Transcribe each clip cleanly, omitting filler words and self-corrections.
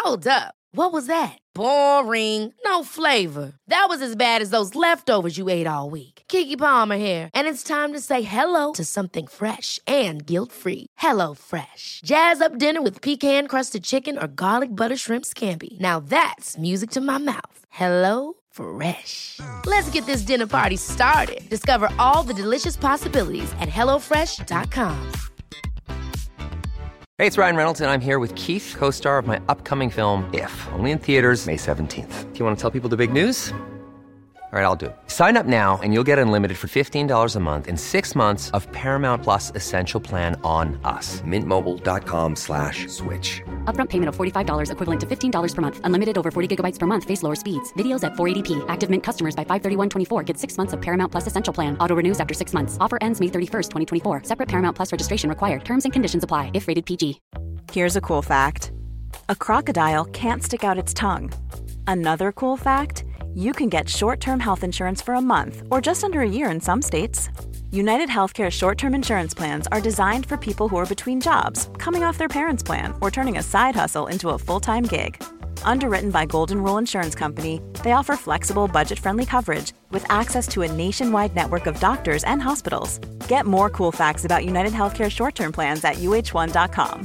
Hold up. What was that? Boring. No flavor. That was as bad as those leftovers you ate all week. Keke Palmer here, and it's time to say hello to something fresh and guilt-free. Hello Fresh. Jazz up dinner with pecan-crusted chicken or garlic butter shrimp scampi. Now that's music to my mouth. Hello Fresh. Let's get this dinner party started. Discover all the delicious possibilities at hellofresh.com. Hey, it's Ryan Reynolds, and I'm here with Keith, co-star of my upcoming film, If, only in theaters May 17th. Do you want to tell people the big news? All right, I'll do it. Sign up now and you'll get unlimited for $15 a month and 6 months of Paramount Plus Essential Plan on us. MintMobile.com/switch. Upfront payment of $45 equivalent to $15 per month. Unlimited over 40 gigabytes per month. Face lower speeds. Videos at 480p. Active Mint customers by 531.24 get 6 months of Paramount Plus Essential Plan. Auto renews after 6 months. Offer ends May 31st, 2024. Separate Paramount Plus registration required. Terms and conditions apply if rated PG. Here's a cool fact. A crocodile can't stick out its tongue. Another cool fact, you can get short-term health insurance for a month or just under a year in some states. United Healthcare short-term insurance plans are designed for people who are between jobs, coming off their parents' plan, or turning a side hustle into a full-time gig. Underwritten by Golden Rule Insurance Company, they offer flexible, budget-friendly coverage with access to a nationwide network of doctors and hospitals. Get more cool facts about United Healthcare short-term plans at uh1.com.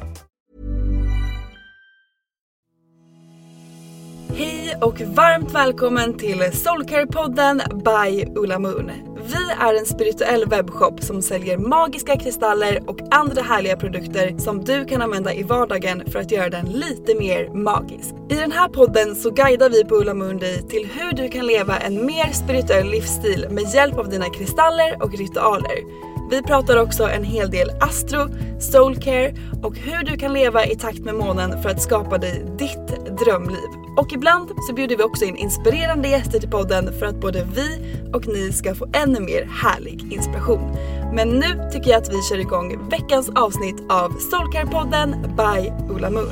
Hej och varmt välkommen till Soulcare-podden by Ulla Moon. Vi är en spirituell webbshop som säljer magiska kristaller och andra härliga produkter som du kan använda i vardagen för att göra den lite mer magisk. I den här podden så guidar vi på Ulla Moon dig till hur du kan leva en mer spirituell livsstil med hjälp av dina kristaller och ritualer. Vi pratar också en hel del astro, soulcare och hur du kan leva i takt med månen för att skapa dig ditt drömliv. Och ibland så bjuder vi också in inspirerande gäster till podden för att både vi och ni ska få ännu mer härlig inspiration. Men nu tycker jag att vi kör igång veckans avsnitt av Soulcare-podden by Ulla Moon.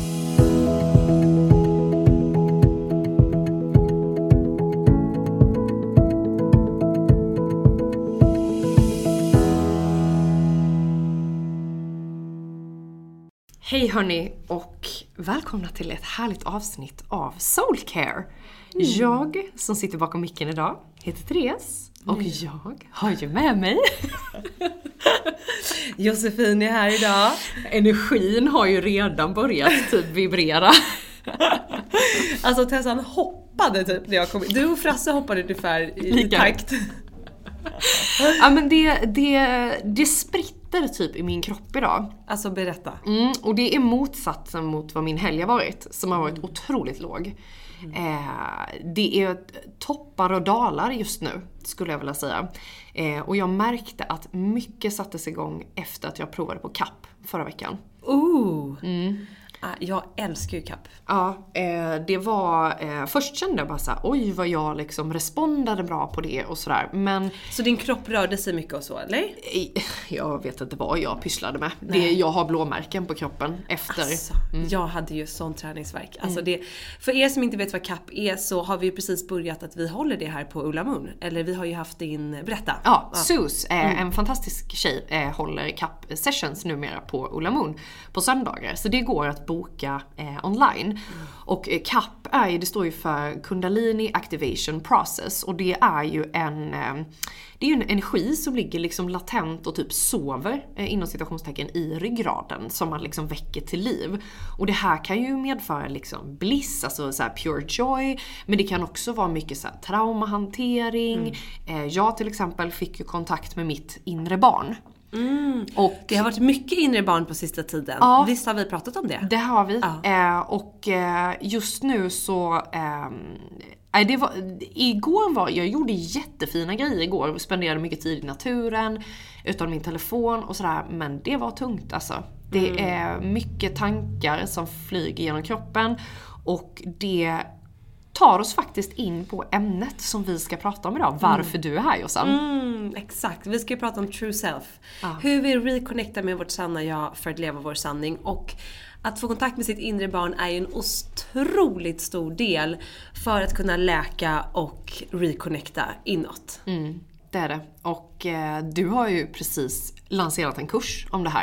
Hej hörni och välkomna till ett härligt avsnitt av Soulcare. Jag som sitter bakom micken idag heter Therese och jag har ju med mig Josefin är här idag. Energin har ju redan börjat typ vibrera. Alltså Tessan hoppade typ när jag kom in. Du och Frasse hoppade ungefär i takt. Ja men det spritter typ i min kropp idag. Alltså berätta. Och det är motsatsen mot vad min helg har varit. Som har varit otroligt låg. Det är toppar och dalar just nu skulle jag vilja säga. Och jag märkte att mycket sattes igång efter att jag provade på kapp förra veckan. Jag älskar ju kapp. Ja, det var... först kände jag bara såhär, oj vad jag liksom respondade bra på det och sådär. Men... Så din kropp rörde sig mycket och så, eller? Jag vet inte vad jag pysslade med. Jag har blåmärken på kroppen efter. Alltså, jag hade ju sån träningsvärk. Alltså det, för er som inte vet vad kapp är så har vi ju precis börjat att vi håller det här på Ulla Moon. Eller vi har ju haft din... Berätta. Ja, Sus, en fantastisk tjej, håller kapp sessions numera på Ulla Moon på söndagar. Så det går att boka online. Och CAP det står ju för Kundalini Activation Process och det är ju en energi som ligger liksom latent och typ sover inom citationstecken i ryggraden som man liksom väcker till liv. Och det här kan ju medföra liksom bliss, alltså så här pure joy, men det kan också vara mycket så här traumahantering. Jag till exempel fick ju kontakt med mitt inre barn. Och det har varit mycket inre barn på sista tiden. Ja, visst har vi pratat om det? Det har vi. Och just nu så... jag gjorde jättefina grejer igår. Spenderade mycket tid i naturen, utan min telefon och sådär. Men det var tungt alltså. Det är mycket tankar som flyger genom kroppen. Och det tar oss faktiskt in på ämnet som vi ska prata om idag. Varför du är här, Jossan. Exakt, vi ska ju prata om true self. Hur vi reconnectar med vårt sanna jag för att leva vår sanning. Och att få kontakt med sitt inre barn är ju en otroligt stor del för att kunna läka och reconnecta inåt. Det är det. Och du har ju precis lanserat en kurs om det här.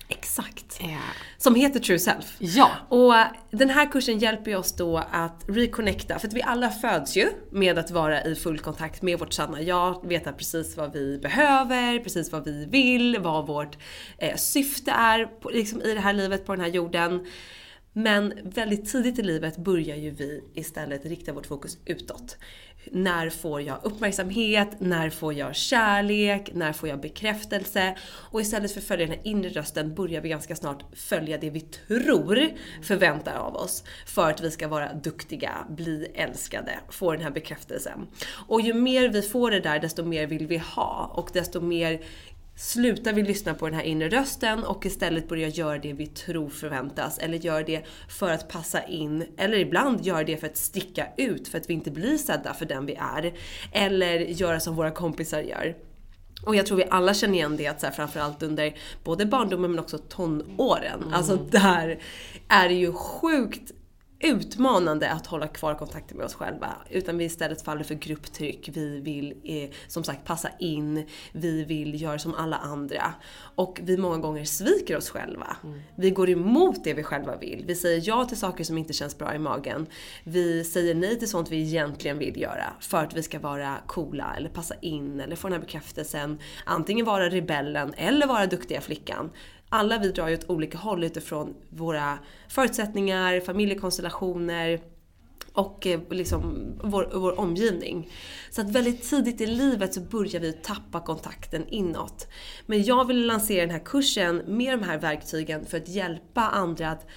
Exakt. Som heter True Self. Ja. Och den här kursen hjälper oss då att reconnecta. För att vi alla föds ju med att vara i full kontakt med vårt sanna jag. Veta precis vad vi behöver, precis vad vi vill, vad vårt syfte är liksom i det här livet på den här jorden. Men väldigt tidigt i livet börjar ju vi istället rikta vårt fokus utåt. När får jag uppmärksamhet? När får jag kärlek? När får jag bekräftelse? Och istället för att följa den här inre rösten börjar vi ganska snart följa det vi tror förväntar av oss. För att vi ska vara duktiga, bli älskade, få den här bekräftelsen. Och ju mer vi får det där, desto mer vill vi ha. Och desto mer slutar vi lyssna på den här inre rösten och istället börjar göra det vi tror förväntas. Eller gör det för att passa in. Eller ibland gör det för att sticka ut. För att vi inte blir sedda för den vi är. Eller göra som våra kompisar gör. Och jag tror vi alla känner igen det att så här, framförallt under både barndomen men också tonåren. Alltså där är det ju sjukt utmanande att hålla kvar kontakten med oss själva. Utan vi istället faller för grupptryck. Vi vill som sagt passa in. Vi vill göra som alla andra. Och vi många gånger sviker oss själva. Vi går emot det vi själva vill. Vi säger ja till saker som inte känns bra i magen. Vi säger nej till sånt vi egentligen vill göra. För att vi ska vara coola eller passa in eller få den här bekräftelsen. Antingen vara rebellen eller vara duktiga flickan. Alla vi drar ju åt olika håll utifrån våra förutsättningar, familjekonstellationer och liksom vår omgivning. Så att väldigt tidigt i livet så börjar vi tappa kontakten inåt. Men jag vill lansera den här kursen med de här verktygen för att hjälpa andra att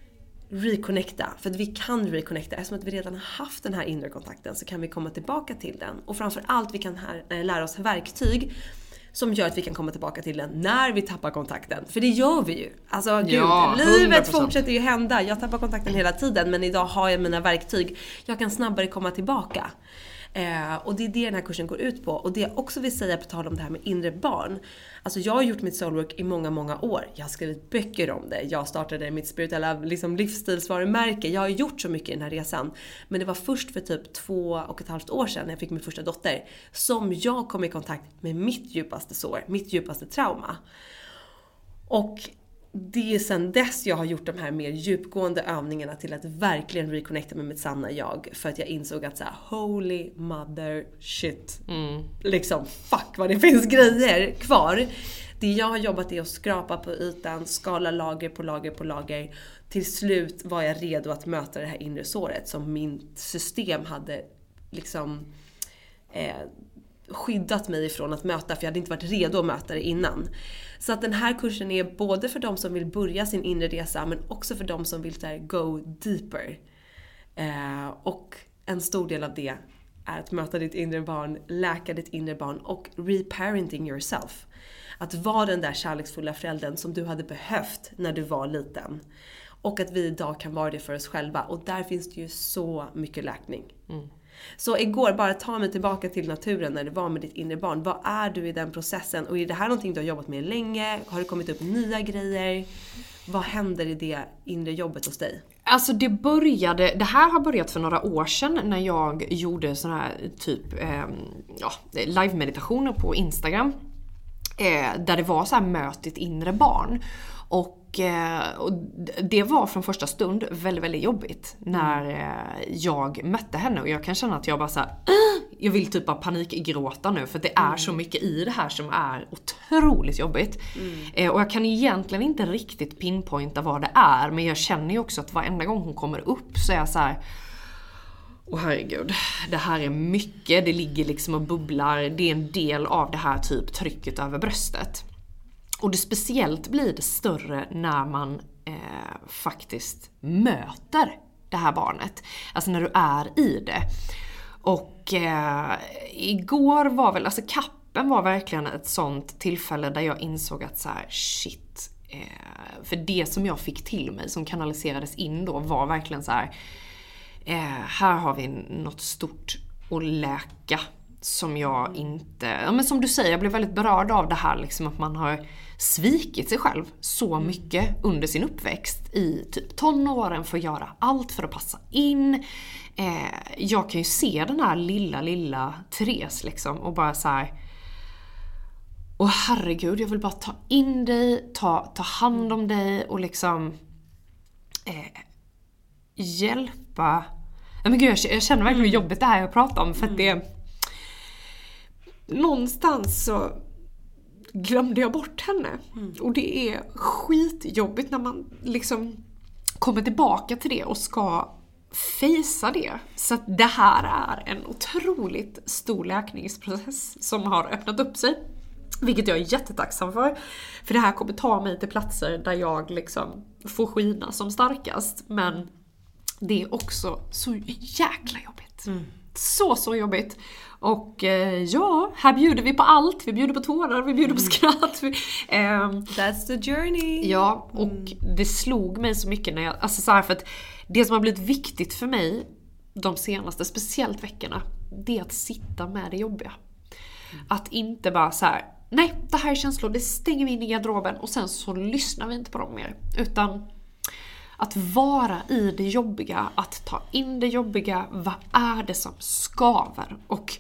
reconnecta. För att vi kan reconnecta. Eftersom att vi redan har haft den här inre kontakten så kan vi komma tillbaka till den. Och framförallt vi kan lära oss verktyg som gör att vi kan komma tillbaka till den när vi tappar kontakten. För det gör vi ju. Alltså gud, livet 100%. Fortsätter ju hända. Jag tappar kontakten hela tiden. Men idag har jag mina verktyg. Jag kan snabbare komma tillbaka. Och det är det den här kursen går ut på. Och det jag också vill säga på tal om det här med inre barn. Alltså jag har gjort mitt soulwork i många, många år. Jag har skrivit böcker om det. Jag startade mitt spirituella liksom, livsstilsvarumärke. Jag har gjort så mycket i den här resan. Men det var först för typ 2,5 år sedan när jag fick min första dotter. Som jag kom i kontakt med mitt djupaste sår. Mitt djupaste trauma. Och det är sedan dess jag har gjort de här mer djupgående övningarna till att verkligen reconnecta med mitt sanna jag. För att jag insåg att så här, holy mother shit. Liksom, fuck vad det finns grejer kvar. Det jag har jobbat är att skrapa på ytan, skala lager på lager på lager. Till slut var jag redo att möta det här inre såret som min system hade liksom skyddat mig ifrån att möta, för jag hade inte varit redo att möta det innan. Så att den här kursen är både för de som vill börja sin inre resa men också för de som vill där go deeper. Och en stor del av det är att möta ditt inre barn, läka ditt inre barn och reparenting yourself. Att vara den där kärleksfulla föräldern som du hade behövt när du var liten. Och att vi idag kan vara det för oss själva. Och där finns det ju så mycket läkning. Så igår, bara ta mig tillbaka till naturen när du var med ditt inre barn. Vad är du i den processen? Och är det här någonting du har jobbat med länge? Har det kommit upp nya grejer? Vad händer i det inre jobbet hos dig? Alltså det här har börjat för några år sedan när jag gjorde sån här typ live-meditationer på Instagram. Där det var så här möt ditt inre barn. Och det var från första stund väldigt, väldigt jobbigt när jag mötte henne. Och jag kan känna att jag bara så här, jag vill typ bara panikgråta nu. För det är så mycket i det här som är otroligt jobbigt. Och jag kan egentligen inte riktigt pinpointa vad det är. Men jag känner ju också att varenda gång hon kommer upp så är jag så här, åh herregud, det här är mycket. Det ligger liksom och bubblar. Det är en del av det här typ trycket över bröstet. Och det speciellt blir det större när man faktiskt möter det här barnet. Alltså när du är i det. Och igår var väl, alltså kappen var verkligen ett sånt tillfälle där jag insåg att så här, shit. För det som jag fick till mig som kanaliserades in då var verkligen så här, här har vi något stort att läka. Som jag inte, ja men som du säger, jag blev väldigt berörd av det här liksom, att man har svikit sig själv så mycket under sin uppväxt i typ tonåren för att göra allt för att passa in. Jag kan ju se den här lilla Therese liksom och bara så här, Och herregud, jag vill bara ta in dig, ta hand om dig och liksom hjälpa. Men gud, jag känner verkligen hur jobbigt det här jag pratar om, för att det någonstans så glömde jag bort henne. Och det är skitjobbigt när man liksom kommer tillbaka till det och ska fejsa det. Så att det här är en otroligt stor läkningsprocess som har öppnat upp sig. Vilket jag är jättetacksam för. För det här kommer ta mig till platser där jag liksom får skina som starkast. Men det är också så jäkla jobbigt. Så jobbigt. Och ja, här bjuder vi på allt. Vi bjuder på tårar, vi bjuder på skratt. That's the journey. Ja, och det slog mig så mycket när jag... Alltså så här, för att det som har blivit viktigt för mig de senaste, speciellt veckorna, det är att sitta med det jobbiga. Att inte bara så här: nej, det här är känslor, det stänger vi in i garderoben och sen så lyssnar vi inte på dem mer. Utan att vara i det jobbiga, att ta in det jobbiga. Vad är det som skaver? Och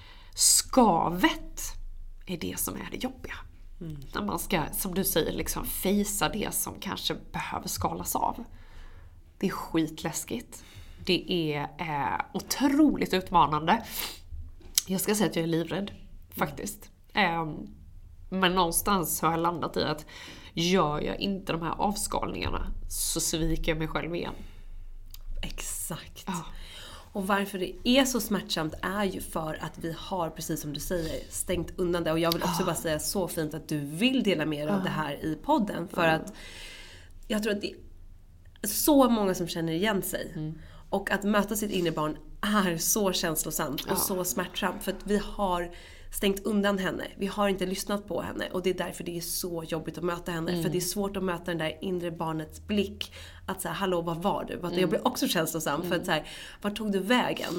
skavet är det som är det jobbiga. När man ska, som du säger, liksom fejsa det som kanske behöver skalas av. Det är skitläskigt. Det är otroligt utmanande. Jag ska säga att jag är livrädd, faktiskt. Men någonstans har jag landat i att gör jag inte de här avskalningarna så sviker jag mig själv igen. Exakt. Ja. Och varför det är så smärtsamt är ju för att vi har, precis som du säger, stängt undan det. Och jag vill också bara säga så fint att du vill dela med dig av det här i podden. För att jag tror att det är så många som känner igen sig. Och att möta sitt inre barn är så känslosamt och så smärtsamt. För att vi har stängt undan henne. Vi har inte lyssnat på henne. Och det är därför det är så jobbigt att möta henne. För det är svårt att möta den där inre barnets blick. Att säga, hallå, vad var du? Jag blir också känslosam. För att så här, var tog du vägen?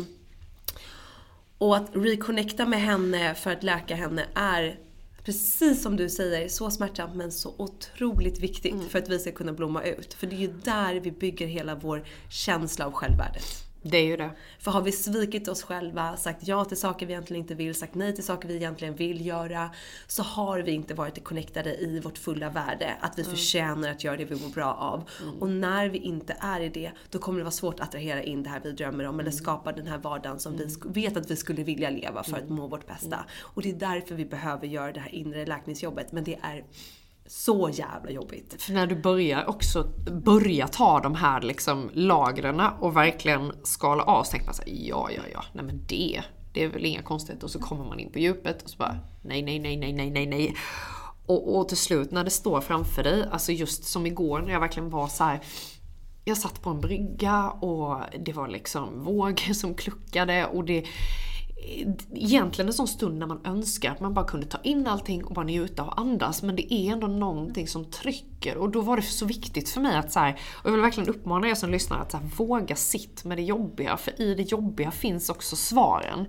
Och att reconnecta med henne för att läka henne är, precis som du säger, så smärtsamt men så otroligt viktigt för att vi ska kunna blomma ut. För det är ju där vi bygger hela vår känsla av självvärdet. Det är ju det. För har vi svikit oss själva, sagt ja till saker vi egentligen inte vill, sagt nej till saker vi egentligen vill göra, så har vi inte varit connectade i vårt fulla värde. Att vi förtjänar att göra det vi mår bra av. Och när vi inte är i det, då kommer det vara svårt att attrahera in det här vi drömmer om. Eller skapa den här vardagen som vi vet att vi skulle vilja leva för att må vårt bästa. Och det är därför vi behöver göra det här inre läkningsjobbet. Men det är så jävla jobbigt. För när du börjar ta de här liksom lagren och verkligen skala av, så tänker man så här, ja, nej men det är väl inga konstigheter. Och så kommer man in på djupet och så bara, nej. Och till slut när det står framför dig, alltså just som igår när jag verkligen var så här, jag satt på en brygga och det var liksom vågor som kluckade och det egentligen en sån stund när man önskar att man bara kunde ta in allting och bara njuta och andas, men det är ändå någonting som trycker. Och då var det så viktigt för mig att så här, och jag vill verkligen uppmana er som lyssnar att så här, våga sitt med det jobbiga, för i det jobbiga finns också svaren.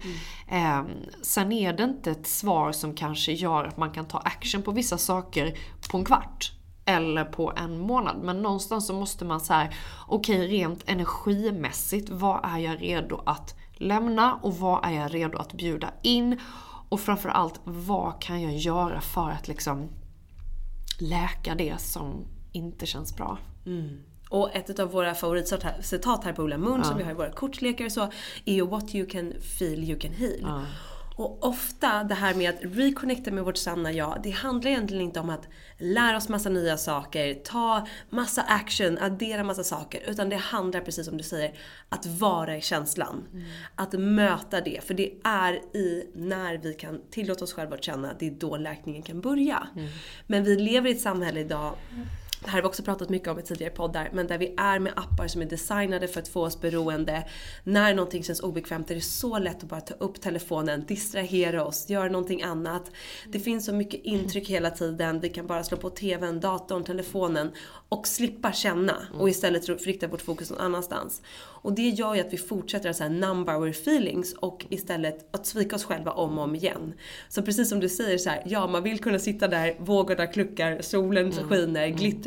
Sen är det inte ett svar som kanske gör att man kan ta action på vissa saker på en kvart eller på en månad, men någonstans så måste man så här, okej, rent energimässigt, vad är jag redo att lämna och vad är jag redo att bjuda in, och framförallt vad kan jag göra för att liksom läka det som inte känns bra. Och ett av våra favoritcitat här på Ulla Moon som vi har i våra kortlekar så är ju what you can feel you can heal. Och ofta det här med att reconnecta med vårt sanna jag, det handlar egentligen inte om att lära oss massa nya saker, ta massa action, addera massa saker, utan det handlar, precis som du säger, att vara i känslan. Att möta det, för det är när vi kan tillåta oss själva att känna, det är då läkningen kan börja. Men vi lever i ett samhälle idag, det här har vi också pratat mycket om i tidigare poddar, men där vi är med appar som är designade för att få oss beroende. När någonting känns obekvämt är det så lätt att bara ta upp telefonen, distrahera oss, göra någonting annat. Det finns så mycket intryck hela tiden. Vi kan bara slå på tvn, datorn, telefonen och slippa känna och istället rikta vårt fokus någon annanstans. Och det gör ju att vi fortsätter att så här numb our feelings och istället att svika oss själva om och om igen. Så precis som du säger så här, ja, man vill kunna sitta där, vågorna kluckar, solen skiner, glittrar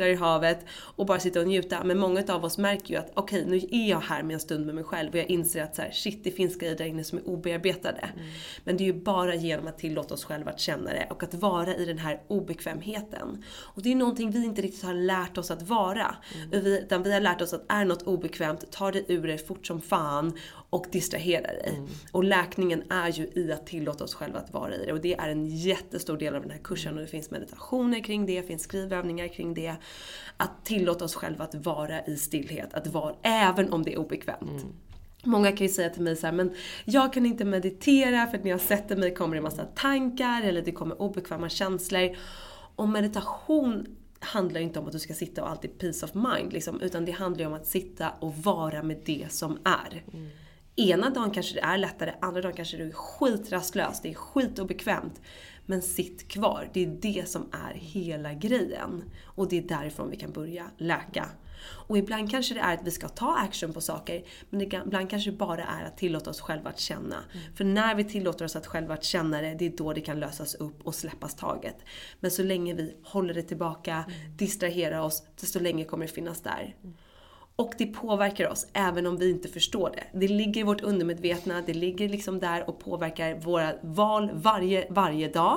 vinklar i havet och bara sitta och njuta. Men många av oss märker ju att okej, nu är jag här med en stund med mig själv och jag inser att så här, shit, det finns grejer där inne som är obearbetade. Men det är ju bara genom att tillåta oss själva att känna det och att vara i den här obekvämheten. Och det är någonting vi inte riktigt har lärt oss att vara. Utan vi har lärt oss att är något obekvämt, ta det ur er fort som fan och distrahera dig. Och läkningen är ju i att tillåta oss själva att vara i det. Och det är en jättestor del av den här kursen. Och det finns meditationer kring det, det finns skrivövningar kring det. Att tillåta oss själva att vara i stillhet. Att vara, även om det är obekvämt. Många kan ju säga till mig så här, men jag kan inte meditera för att när jag sätter mig kommer det en massa tankar eller det kommer obekväma känslor. Och meditation handlar inte om att du ska sitta och alltid peace of mind liksom, utan det handlar om att sitta och vara med det som är. Ena dagen kanske det är lättare, andra dagen kanske det är skitrastlös, det är skitobekvämt. Men sitt kvar, det är det som är hela grejen. Och det är därifrån vi kan börja läka. Och ibland kanske det är att vi ska ta action på saker, men ibland kanske det bara är att tillåta oss själva att känna. För när vi tillåter oss att själva att känna det, det är då det kan lösas upp och släppas taget. Men så länge vi håller det tillbaka, distraherar oss, desto länge kommer det finnas där. Och det påverkar oss även om vi inte förstår det. Det ligger i vårt undermedvetna, det ligger liksom där och påverkar våra val varje dag.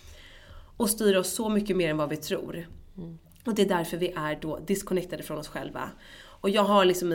Och styr oss så mycket mer än vad vi tror. Och det är därför vi är då disconnectade från oss själva. Och jag har liksom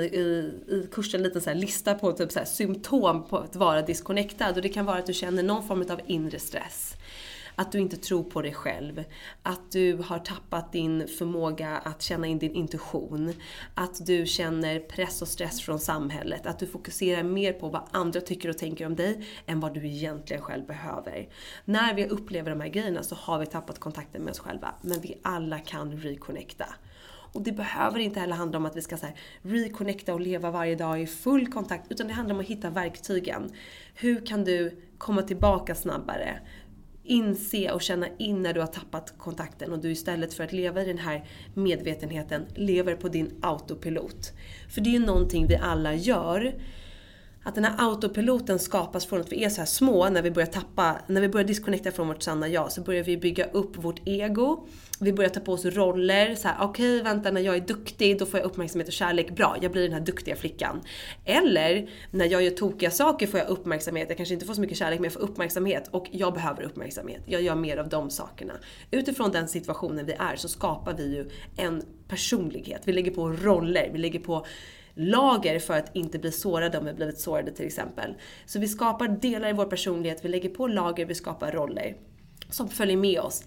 i kursen en liten så här lista på typ så här symptom på att vara disconnectad. Och det kan vara att du känner någon form av inre stress. Att du inte tror på dig själv. Att du har tappat din förmåga att känna in din intuition. Att du känner press och stress från samhället. Att du fokuserar mer på vad andra tycker och tänker om dig än vad du egentligen själv behöver. När vi upplever de här grejerna så har vi tappat kontakten med oss själva. Men vi alla kan reconnecta. Och det behöver inte heller handla om att vi ska så här reconnecta och leva varje dag i full kontakt. Utan det handlar om att hitta verktygen. Hur kan du komma tillbaka snabbare? Inse och känna in när du har tappat kontakten och du istället för att leva i den här medvetenheten lever på din autopilot. För det är ju någonting vi alla gör. Att den här autopiloten skapas från att vi är så här små när vi börjar disconnecta från vårt sanna jag, så börjar vi bygga upp vårt ego. Vi börjar ta på oss roller. Så här, okej, vänta, när jag är duktig då får jag uppmärksamhet och kärlek. Bra, jag blir den här duktiga flickan. Eller när jag gör tokiga saker får jag uppmärksamhet. Jag kanske inte får så mycket kärlek men jag får uppmärksamhet. Och jag behöver uppmärksamhet. Jag gör mer av de sakerna. Utifrån den situationen vi är så skapar vi ju en personlighet. Vi lägger på roller. Vi lägger på lager för att inte bli sårade om vi blivit sårade till exempel. Så vi skapar delar i vår personlighet. Vi lägger på lager, vi skapar roller som följer med oss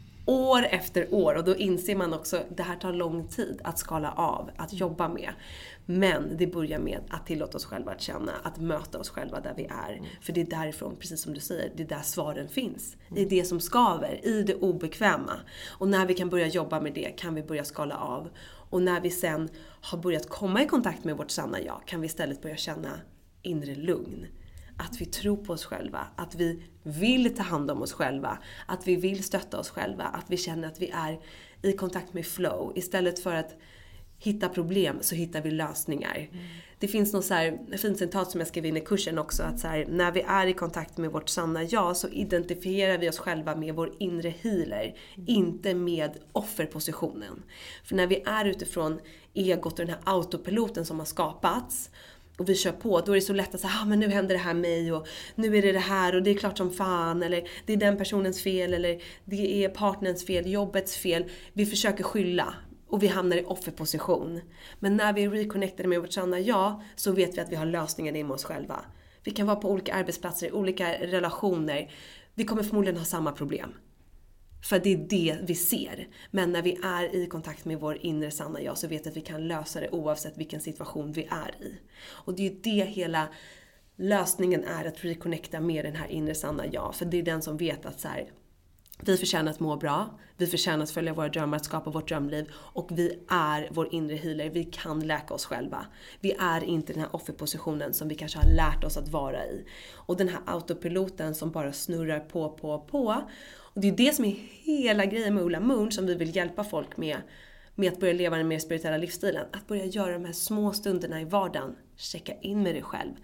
år efter år. Och då inser man också att det här tar lång tid att skala av, att jobba med. Men det börjar med att tillåta oss själva att känna, att möta oss själva där vi är. För det är därifrån, precis som du säger, det är där svaren finns. Det är det som skaver, i det obekväma. Och när vi kan börja jobba med det kan vi börja skala av. Och när vi sen har börjat komma i kontakt med vårt sanna jag kan vi istället börja känna inre lugn. Att vi tror på oss själva, att vi vill ta hand om oss själva, att vi vill stötta oss själva, att vi känner att vi är i kontakt med flow. Istället för att hitta problem så hittar vi lösningar. Det finns något så här fint citat som jag skrev in i kursen också, att så här, när vi är i kontakt med vårt sanna jag så identifierar vi oss själva med vår inre healer, inte med offerpositionen. För när vi är utifrån egot och den här autopiloten som har skapats och vi kör på, då är det så lätt att säga, men nu händer det här mig och nu är det här och det är klart som fan, eller det är den personens fel, eller det är partnerns fel, jobbets fel. Vi försöker skylla. Och vi hamnar i offerposition. Men när vi är reconnectade med vårt sanna jag så vet vi att vi har lösningen i oss själva. Vi kan vara på olika arbetsplatser, i olika relationer. Vi kommer förmodligen ha samma problem. För det är det vi ser. Men när vi är i kontakt med vår inre sanna jag så vet vi att vi kan lösa det oavsett vilken situation vi är i. Och det är ju det hela lösningen är, att reconnecta med den här inre sanna jag. För det är den som vet att så här, vi förtjänar att må bra, vi förtjänar att följa våra drömmar, att skapa vårt drömliv. Och vi är vår inre healer, vi kan läka oss själva. Vi är inte den här offerpositionen som vi kanske har lärt oss att vara i. Och den här autopiloten som bara snurrar på. Och det är det som är hela grejen med Ola Moon som vi vill hjälpa folk med att börja leva den mer spirituella livsstilen. Att börja göra de här små stunderna i vardagen. Checka in med dig själv.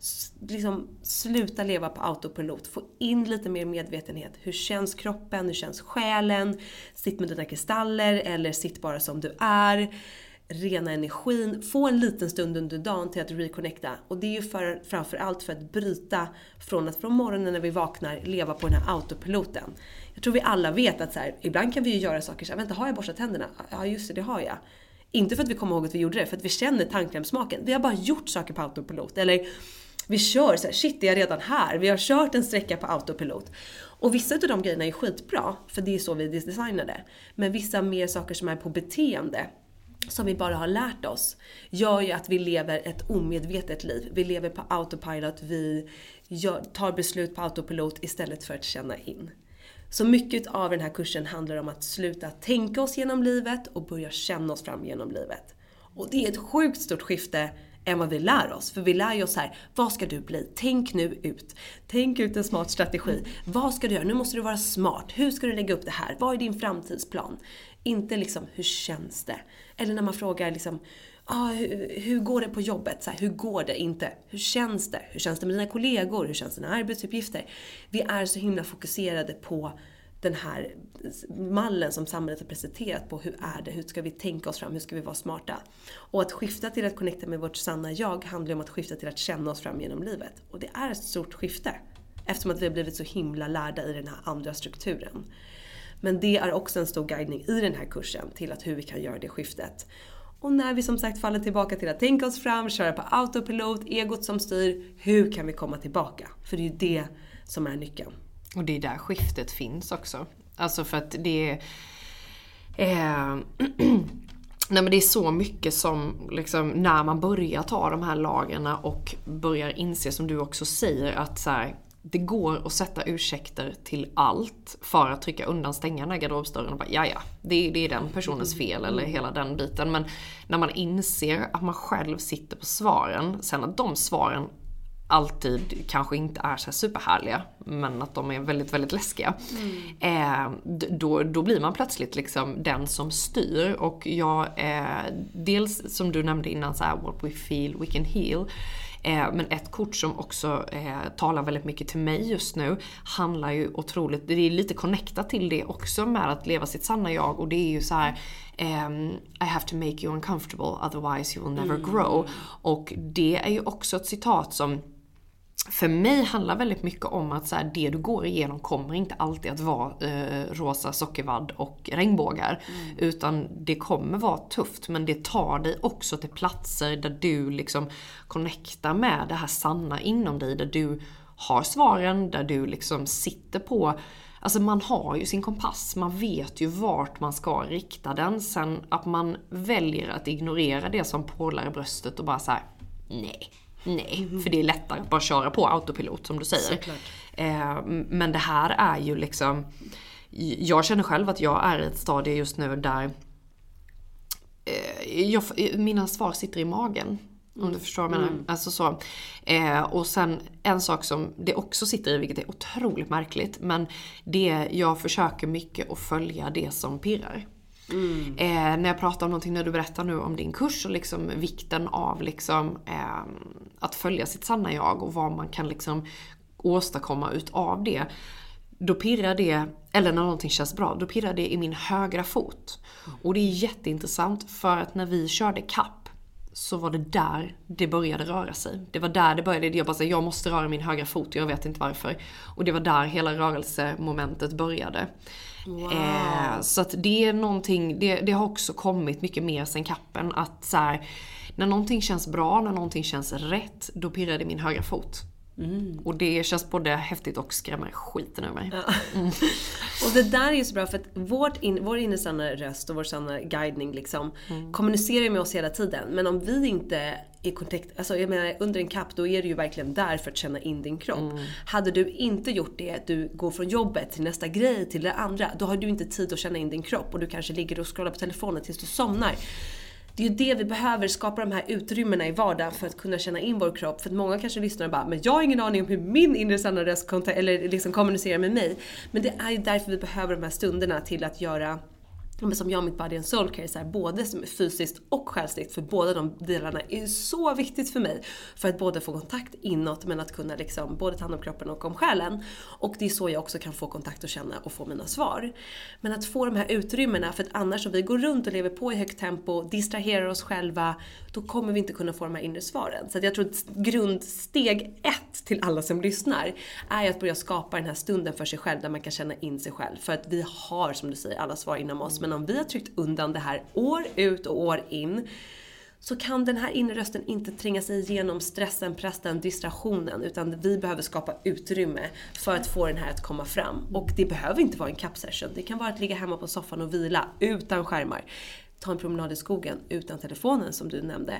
liksom sluta leva på autopilot. Få in lite mer medvetenhet. Hur känns kroppen? Hur känns själen? Sitt med dina kristaller eller sitt bara som du är. Rena energin. Få en liten stund under dagen till att reconnecta. Och det är ju framförallt för att bryta från att från morgonen när vi vaknar leva på den här autopiloten. Jag tror vi alla vet att så här, ibland kan vi ju göra saker så här, vänta, har jag borstat tänderna? Ja just det har jag. Inte för att vi kommer ihåg att vi gjorde det, för att vi känner tandkrämsmaken. Vi har bara gjort saker på autopilot. Eller vi kör så här, shit är jag redan här? Vi har kört en sträcka på autopilot. Och vissa av de grejerna är skitbra, för det är så vi designade. Men vissa mer saker som är på beteende, som vi bara har lärt oss, gör ju att vi lever ett omedvetet liv. Vi lever på autopilot, vi tar beslut på autopilot istället för att känna in. Så mycket av den här kursen handlar om att sluta tänka oss genom livet och börja känna oss fram genom livet. Och det är ett sjukt stort skifte än vad vi lär oss. För vi lär ju oss här, vad ska du bli? Tänk nu ut. Tänk ut en smart strategi. Vad ska du göra? Nu måste du vara smart. Hur ska du lägga upp det här? Vad är din framtidsplan? Inte liksom, hur känns det? Eller när man frågar liksom, hur går det på jobbet? Så här, hur går det? Inte, hur känns det? Hur känns det med dina kollegor? Hur känns dina arbetsuppgifter? Vi är så himla fokuserade på den här mallen som samhället har presenterat på. Hur är det? Hur ska vi tänka oss fram? Hur ska vi vara smarta? Och att skifta till att connecta med vårt sanna jag handlar om att skifta till att känna oss fram genom livet. Och det är ett stort skifte. Eftersom att vi har blivit så himla lärda i den här andra strukturen. Men det är också en stor guidning i den här kursen till att hur vi kan göra det skiftet. Och när vi som sagt faller tillbaka till att tänka oss fram, köra på autopilot, egot som styr, hur kan vi komma tillbaka? För det är ju det som är nyckeln. Och det är där skiftet finns också. Alltså för att det nej men det är så mycket som liksom, när man börjar ta de här lagarna och börjar inse, som du också säger, att så här, det går att sätta ursäkter till allt för att trycka undan, stänga den här garderobsdörren och bara, jaja, det är den personens fel eller hela den biten. Men när man inser att man själv sitter på svaren, sen att de svaren alltid kanske inte är så superhärliga, men att de är väldigt, väldigt läskiga. Då blir man plötsligt liksom den som styr. Och jag, dels som du nämnde innan, så här, what we feel, we can heal. Men ett kort som också talar väldigt mycket till mig just nu handlar ju otroligt, det är lite connectat till det också med att leva sitt sanna jag, och det är ju så här, I have to make you uncomfortable otherwise you will never grow. Och det är ju också ett citat som för mig handlar väldigt mycket om att så här, det du går igenom kommer inte alltid att vara rosa sockervadd och regnbågar. Utan det kommer vara tufft, men det tar dig också till platser där du liksom connectar med det här sanna inom dig. Där du har svaren, där du liksom sitter på... Alltså man har ju sin kompass, man vet ju vart man ska rikta den. Sen att man väljer att ignorera det som porlar i bröstet och bara så här, nej, för det är lättare att bara köra på autopilot som du säger. Men det här är ju liksom, jag känner själv att jag är i ett stadie just nu där mina svar sitter i magen. Om du förstår vad jag menar. Alltså så. Och sen en sak som det också sitter i, vilket är otroligt märkligt, men det jag försöker mycket att följa det som pirrar. När jag pratar om någonting, när du berättar nu om din kurs och liksom vikten av liksom, att följa sitt sanna jag och vad man kan liksom åstadkomma utav det, då pirrar det, eller när någonting känns bra, då pirrar det i min högra fot. Och det är jätteintressant, för att när vi körde kapp så var det där det började röra sig. Det var där det började. Jag bara sa, jag måste röra min högra fot och jag vet inte varför. Och det var där hela rörelsemomentet började. Wow. Så att det är någonting, det har också kommit mycket mer sen kappen, att så här, när någonting känns bra, när någonting känns rätt, då pirrar det min högra fot. Och det känns både häftigt och skrämmer skiten ur mig. Och det där är ju så bra, för att vår inre sanna röst och vår sanna guidning liksom kommunicerar med oss hela tiden. Men om vi inte är i kontakt, alltså jag menar, under en kapp, då är du ju verkligen där för att känna in din kropp. Hade du inte gjort det, du går från jobbet till nästa grej till det andra, då har du inte tid att känna in din kropp, och du kanske ligger och scrollar på telefonen tills du somnar. Det är ju det vi behöver, skapa de här utrymmena i vardagen för att kunna känna in vår kropp. För att många kanske lyssnar och bara, men jag har ingen aning om hur min inre sanna röst eller liksom kommunicerar med mig. Men det är ju därför vi behöver de här stunderna till att göra Men som jag och mitt Body and Soul Care, så här, både som fysiskt och själsligt, för båda de delarna är så viktigt för mig. För att både få kontakt inåt, men att kunna liksom både ta hand om kroppen och om själen. Och det är så jag också kan få kontakt och känna och få mina svar. Men att få de här utrymmena, för att annars om vi går runt och lever på i högt tempo, distraherar oss själva, då kommer vi inte kunna få de här inre svaren. Så att jag tror att grundsteg 1 till alla som lyssnar är att börja skapa den här stunden för sig själv, där man kan känna in sig själv. För att vi har, som du säger, alla svar inom oss. Men om vi har tryckt undan det här år ut och år in, så kan den här inre rösten inte tränga sig igenom stressen, pressen, distraktionen. Utan vi behöver skapa utrymme för att få den här att komma fram. Och det behöver inte vara en kappsession. Det kan vara att ligga hemma på soffan och vila utan skärmar. Ta en promenad i skogen utan telefonen, som du nämnde.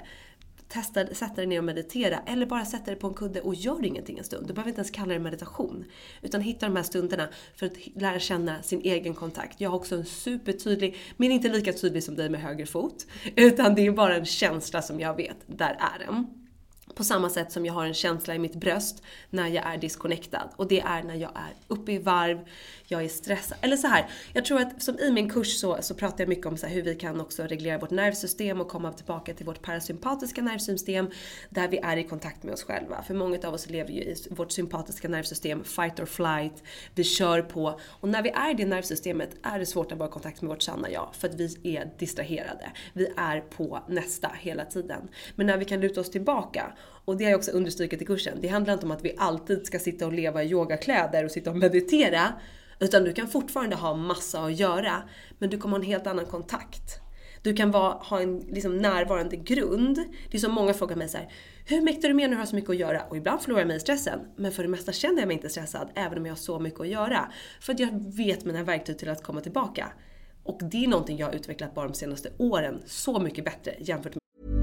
Sätta dig ner och meditera, eller bara sätta dig på en kudde och gör ingenting en stund. Du behöver inte ens kalla det meditation, utan hitta de här stunderna för att lära känna sin egen kontakt. Jag har också en supertydlig, men inte lika tydlig som dig med höger fot, utan det är bara en känsla som jag vet, där är den. På samma sätt som jag har en känsla i mitt bröst när jag är disconnectad. Och det är när jag är uppe i varv, jag är stressad. Eller så här, jag tror att som i min kurs så pratar jag mycket om så här, hur vi kan också reglera vårt nervsystem och komma tillbaka till vårt parasympatiska nervsystem, där vi är i kontakt med oss själva. För många av oss lever ju i vårt sympatiska nervsystem, fight or flight, vi kör på. Och när vi är i det nervsystemet är det svårt att vara i kontakt med vårt sanna jag, för att vi är distraherade. Vi är på nästa hela tiden. Men när vi kan luta oss tillbaka, och det har jag också understrukit i kursen, det handlar inte om att vi alltid ska sitta och leva i yogakläder och sitta och meditera, utan du kan fortfarande ha massa att göra, men du kommer ha en helt annan kontakt. Du kan ha en liksom närvarande grund. Det är som många frågar mig så här: hur mäktar du med när du har så mycket att göra? Och ibland förlorar jag mig i stressen, men för det mesta känner jag mig inte stressad, även om jag har så mycket att göra. För att jag vet mina verktyg till att komma tillbaka. Och det är någonting jag har utvecklat bara de senaste åren så mycket bättre jämfört med.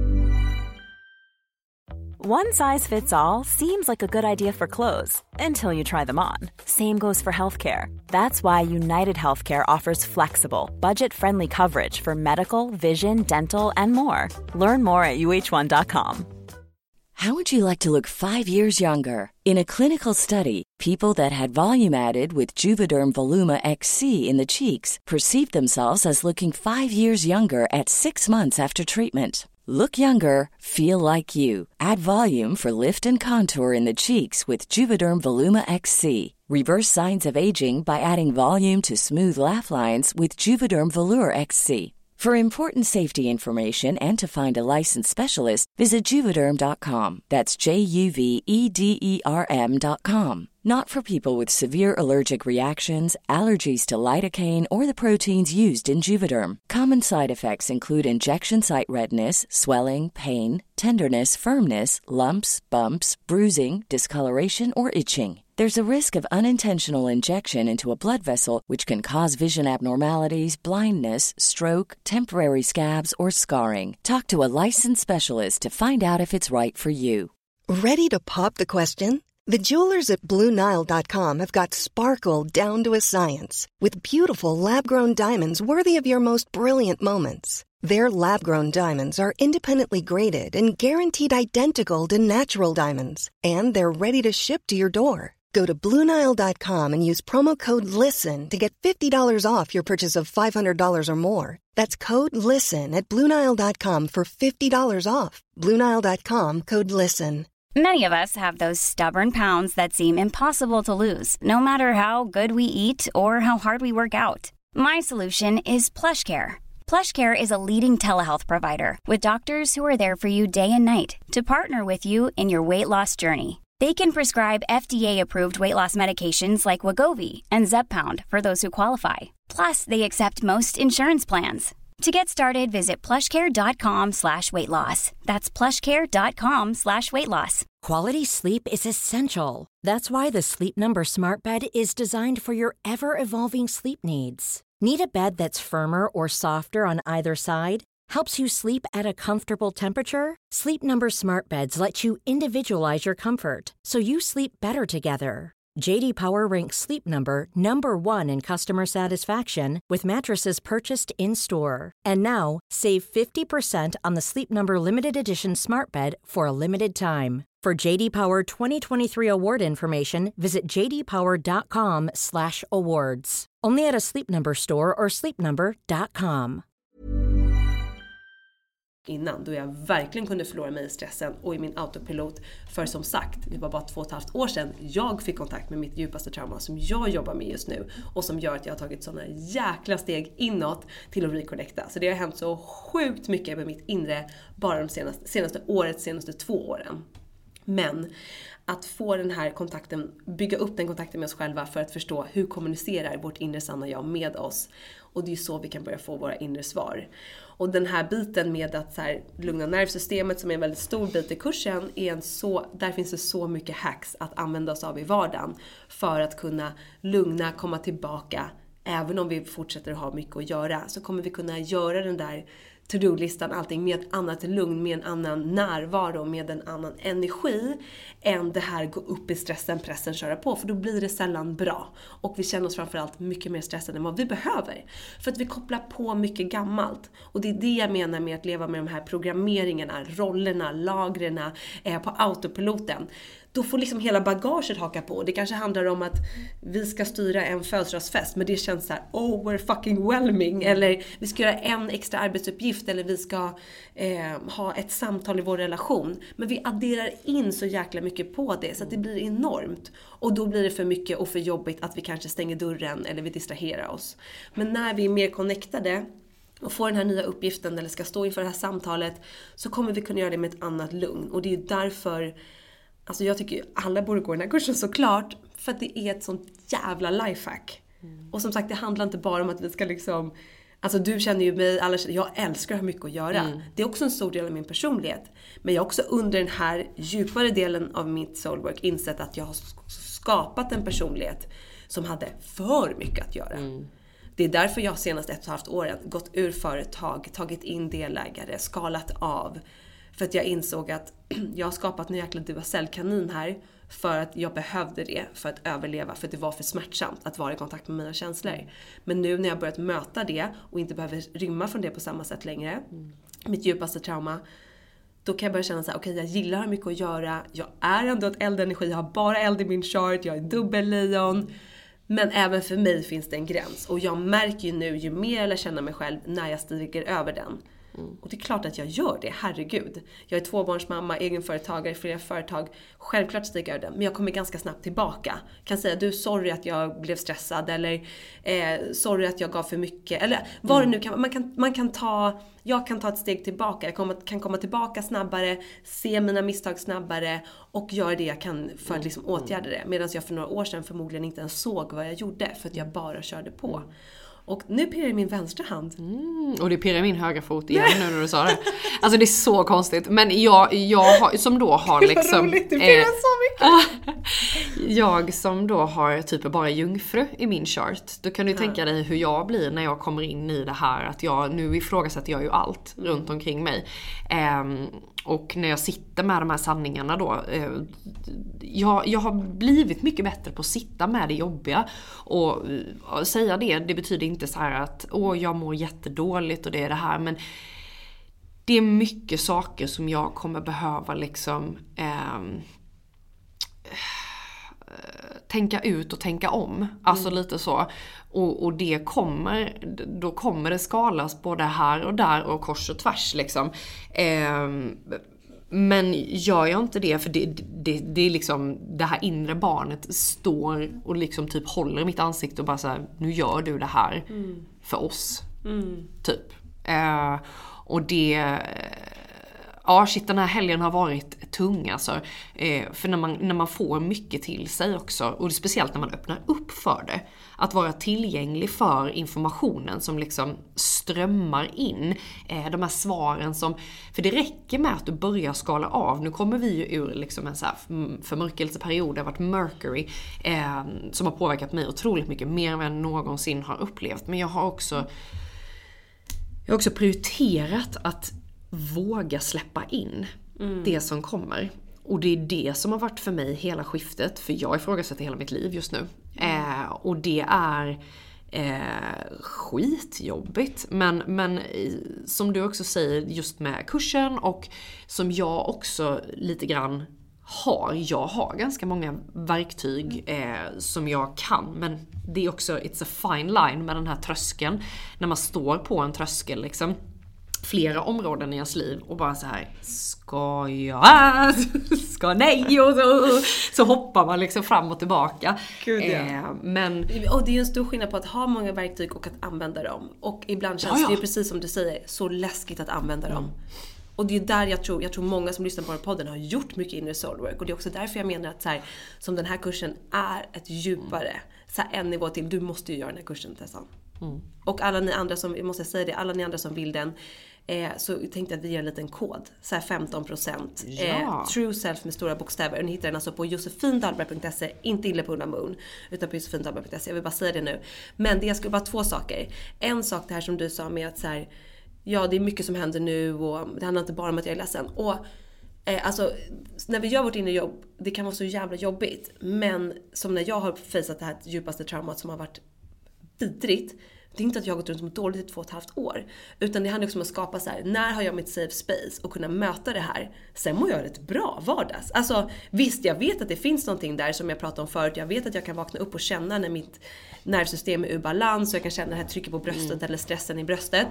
One size fits all seems like a good idea for clothes until you try them on. Same goes for healthcare. That's why United Healthcare offers flexible, budget-friendly coverage for medical, vision, dental, and more. Learn more at uh1.com. How would you like to look 5 years younger? In a clinical study, people that had volume added with Juvederm Voluma XC in the cheeks perceived themselves as looking 5 years younger at 6 months after treatment. Look younger, feel like you. Add volume for lift and contour in the cheeks with Juvederm Voluma XC. Reverse signs of aging by adding volume to smooth laugh lines with Juvederm Volure XC. For important safety information and to find a licensed specialist, visit Juvederm.com. That's JUVEDERM.com. Not for people with severe allergic reactions, allergies to lidocaine, or the proteins used in Juvederm. Common side effects include injection site redness, swelling, pain, tenderness, firmness, lumps, bumps, bruising, discoloration, or itching. There's a risk of unintentional injection into a blood vessel, which can cause vision abnormalities, blindness, stroke, temporary scabs, or scarring. Talk to a licensed specialist to find out if it's right for you. Ready to pop the question? The jewelers at BlueNile.com have got sparkle down to a science with beautiful lab-grown diamonds worthy of your most brilliant moments. Their lab-grown diamonds are independently graded and guaranteed identical to natural diamonds, and they're ready to ship to your door. Go to BlueNile.com and use promo code LISTEN to get $50 off your purchase of $500 or more. That's code LISTEN at BlueNile.com for $50 off. BlueNile.com, code LISTEN. Many of us have those stubborn pounds that seem impossible to lose, no matter how good we eat or how hard we work out. My solution is PlushCare. PlushCare is a leading telehealth provider with doctors who are there for you day and night to partner with you in your weight loss journey. They can prescribe FDA-approved weight loss medications like Wegovy and Zepbound for those who qualify. Plus, they accept most insurance plans. To get started, visit plushcare.com/weightloss. That's plushcare.com/weightloss. Quality sleep is essential. That's why the Sleep Number Smart Bed is designed for your ever-evolving sleep needs. Need a bed that's firmer or softer on either side? Helps you sleep at a comfortable temperature? Sleep Number Smart Beds let you individualize your comfort, so you sleep better together. JD Power ranks Sleep Number number 1 in customer satisfaction with mattresses purchased in-store. And now, save 50% on the Sleep Number Limited Edition Smart Bed for a limited time. For JD Power 2023 award information, visit jdpower.com/awards. Only at a Sleep Number store or sleepnumber.com. Innan, då jag verkligen kunde förlora mig i stressen och i min autopilot. För som sagt, det var bara 2,5 år sedan jag fick kontakt med mitt djupaste trauma som jag jobbar med just nu. Och som gör att jag har tagit sådana jäkla steg inåt till att reconnecta. Så det har hänt så sjukt mycket med mitt inre bara de senaste 2 åren. Men att få den här kontakten, bygga upp den kontakten med oss själva för att förstå hur kommunicerar vårt inre sanna jag med oss. Och det är ju så vi kan börja få våra inre svar. Och den här biten med att så här, lugna nervsystemet som är en väldigt stor bit i kursen, där finns det så mycket hacks att använda oss av i vardagen. För att kunna lugna, komma tillbaka. Även om vi fortsätter att ha mycket att göra så kommer vi kunna göra den där to-do-listan, allting med ett annat lugn, med en annan närvaro, med en annan energi än det här gå upp i stressen, pressen, köra på. För då blir det sällan bra. Och vi känner oss framförallt mycket mer stressade än vad vi behöver. För att vi kopplar på mycket gammalt. Och det är det jag menar med att leva med de här programmeringarna, rollerna, lagren på autopiloten. Då får liksom hela bagaget haka på. Det kanske handlar om att vi ska styra en födelsedagsfest, men det känns så här overfucking-whelming. Eller vi ska göra en extra arbetsuppgift, eller vi ska ha ett samtal i vår relation. Men vi adderar in så jäkla mycket på det så att det blir enormt. Och då blir det för mycket och för jobbigt att vi kanske stänger dörren eller vi distraherar oss. Men när vi är mer connectade och får den här nya uppgiften eller ska stå inför det här samtalet, så kommer vi kunna göra det med ett annat lugn. Och det är ju därför, alltså jag tycker alla borde gå den här kursen såklart, för att det är ett sånt jävla lifehack. Och som sagt, det handlar inte bara om att vi ska liksom, alltså du känner ju mig, jag älskar att ha mycket att göra. Det är också en stor del av min personlighet. Men jag har också under den här djupare delen av mitt soulwork insett att jag har skapat en personlighet som hade för mycket att göra. Det är därför jag senaste 1,5 åren gått ur företag, tagit in delägare, skalat av. För att jag insåg att jag har skapat en jäkla Duracell-kanin här för att jag behövde det för att överleva. För att det var för smärtsamt att vara i kontakt med mina känslor. Men nu när jag börjat möta det och inte behöver rymma från det på samma sätt längre, mitt djupaste trauma, då kan jag börja känna så här: okej, jag gillar att ha mycket att göra. Jag är ändå ett eldenergi, jag har bara eld i min chart, jag är dubbellejon. Men även för mig finns det en gräns. Och jag märker ju nu, ju mer jag lär känna mig själv, när jag stiger över den. Och det är klart att jag gör det, herregud. Jag är 2-barnsmamma, egenföretagare, flera företag. Självklart stiger jag den, men jag kommer ganska snabbt tillbaka. Kan säga, du, sorry att jag blev stressad. Eller sorry att jag gav för mycket. Eller vad det nu kan, jag kan ta ett steg tillbaka. Jag kan komma tillbaka snabbare, se mina misstag snabbare och göra det jag kan för att liksom åtgärda det. Medan jag för några år sedan förmodligen inte ens såg vad jag gjorde, för att jag bara körde på. Och nu pirrar i min vänstra hand. Och det pirrar i min högra fot igen nu när du sa det. Alltså det är så konstigt. Men jag har, som då har liksom... Vad roligt, det pirrar så mycket. Jag som då har typ bara jungfru i min chart. Då kan du tänka dig hur jag blir när jag kommer in i det här. Att nu ifrågasätter jag ju allt runt omkring mig. Och när jag sitter med de här sanningarna då, jag har blivit mycket bättre på att sitta med det jobbiga och säga det betyder inte så här att jag mår jättedåligt och det är det här, men det är mycket saker som jag kommer behöva liksom tänka ut och tänka om, alltså lite så. Och då kommer det skalas både här och där och kors och tvärs liksom. Men gör jag inte det, för det är liksom det här inre barnet står och liksom typ håller i mitt ansikte och bara så här: nu gör du det här för oss. Typ. Och det... Ja, shit, den här helgen har varit tung alltså. För när man får mycket till sig också, och speciellt när man öppnar upp för det, att vara tillgänglig för informationen som liksom strömmar in, de här svaren som, för det räcker med att du börjar skala av. Nu kommer vi ju ur liksom en så här förmörkelseperiod, det har varit Mercury som har påverkat mig otroligt mycket, mer än jag någonsin har upplevt. Men jag har också prioriterat att våga släppa in det som kommer. Och det är det som har varit för mig hela skiftet. För jag ifrågasätter hela mitt liv just nu. Och det är skitjobbigt. Men som du också säger, just med kursen, och som jag också lite grann jag har ganska många verktyg som jag kan, men det är också, it's a fine line med den här tröskeln, när man står på en tröskel liksom, flera områden i ens liv och bara så här, ska jag, ska nej, och så hoppar man liksom fram och tillbaka. Gud, ja. Men och det är en stor skillnad på att ha många verktyg och att använda dem, och ibland känns det ju precis som du säger så läskigt att använda dem. Och det är där jag tror många som lyssnar på den podden har gjort mycket inre soulwork. Och det är också därför jag menar att så här, som den här kursen är ett djupare, så här, en nivå till. Du måste ju göra den här kursen, Tessan. Och alla ni andra som, jag måste säga det, alla ni andra som vill den, så tänkte jag att vi gör en liten kod. Så här 15%. True Self med stora bokstäver. Ni hittar den alltså på josefindalberg.se. Inte illa på Moon, utan på josefindalberg.se. Jag vill bara säga det nu. Men det ska bara 2 saker. En sak, det här som du sa med att så här, ja, det är mycket som händer nu och det handlar inte bara om att jag är ledsen. Och alltså, när vi gör vårt inre jobb, det kan vara så jävla jobbigt. Men som när jag har faceat det här djupaste traumat som har varit vidrigt, det är inte att jag har gått runt som dåligt i 2,5 år. Utan det handlar också om att skapa så här, när har jag mitt safe space och kunna möta det här. Sen mår jag rätt bra vardags. Alltså visst, jag vet att det finns någonting där som jag pratade om förut. Jag vet att jag kan vakna upp och känna när mitt nervsystem är ur balans. Och jag kan känna det här trycket på bröstet eller stressen i bröstet.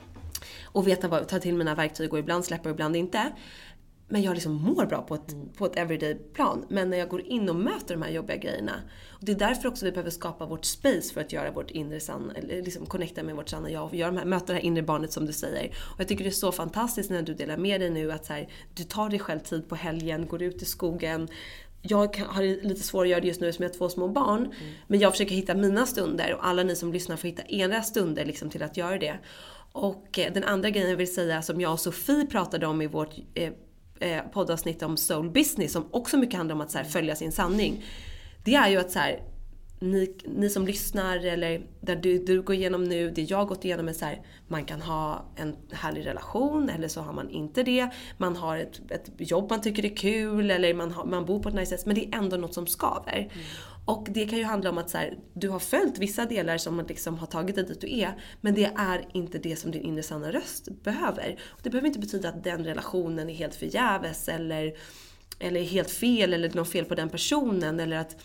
Och veta vad, ta till mina verktyg och ibland släppa och ibland inte. Men jag liksom mår bra på ett everyday plan. Men när jag går in och möter de här jobbiga grejerna. Och det är därför också vi behöver skapa vårt space för att göra vårt inre sanna, eller liksom connecta med vårt sanna jag. Och möta det här inre barnet som du säger. Och jag tycker det är så fantastiskt när du delar med dig nu att så här, du tar dig själv tid på helgen, går ut i skogen. Jag har lite svårt att göra det just nu som jag har 2 små barn. Men jag försöker hitta mina stunder. Och alla ni som lyssnar får hitta era stunder liksom till att göra det. Och den andra grejen jag vill säga, som jag och Sofie pratade om i vårt poddavsnitt om soul business, som också mycket handlar om att så här, följa sin sanning. Det är ju att så här, ni som lyssnar, eller där du går igenom nu, det jag har gått igenom är så här, man kan ha en härlig relation eller så har man inte det. Man har ett jobb man tycker är kul, eller man bor på ett nice sätt, men det är ändå något som skaver. Och det kan ju handla om att så här, du har följt vissa delar som man liksom har tagit dig dit du är, men det är inte det som din inre sanna röst behöver. Och det behöver inte betyda att den relationen är helt förgäves eller helt fel, eller något fel på den personen, eller att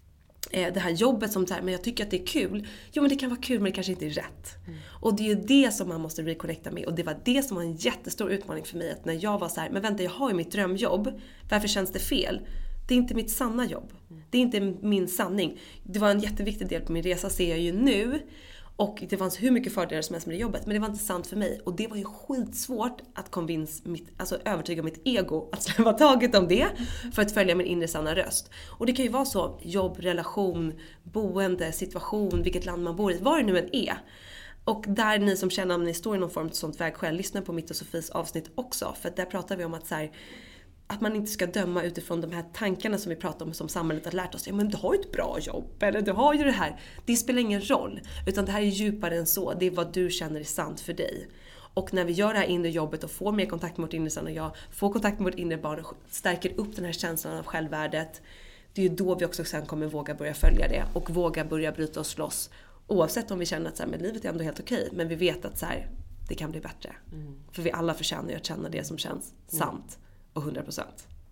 det här jobbet som men jag tycker att det är kul. Jo, men det kan vara kul, men det kanske inte är rätt. Och det är ju det som man måste reconnecta med. Och det var det som var en jättestor utmaning för mig. Att när jag var så här, men vänta, jag har ju mitt drömjobb. Varför känns det fel? Det är inte mitt sanna jobb. Det är inte min sanning. Det var en jätteviktig del på min resa, ser jag ju nu. Och det fanns hur mycket fördelar som helst med det jobbet. Men det var inte sant för mig. Och det var ju skitsvårt att övertyga mitt ego att släppa taget om det. För att följa min inre sanna röst. Och det kan ju vara så. Jobb, relation, boende, situation, vilket land man bor i. Vad det nu än är. Och där ni som känner om ni står i någon form av sånt vägskäl, lyssna på mitt och Sofies avsnitt också. För där pratar vi om att så här, att man inte ska döma utifrån de här tankarna som vi pratar om, som samhället har lärt oss. Ja, men du har ju ett bra jobb, eller du har ju det här. Det spelar ingen roll, utan det här är djupare än så. Det är vad du känner är sant för dig. Och när vi gör det här inre jobbet och får mer kontakt med vårt inre sanna jag, får kontakt med vårt inre barn och stärker upp den här känslan av självvärdet, det är ju då vi också sen kommer våga börja följa det och våga börja bryta oss loss. Oavsett om vi känner att så här, men livet är ändå helt okej, men vi vet att så här, det kan bli bättre. För vi alla förtjänar ju att känna det som känns sant. Och 100%.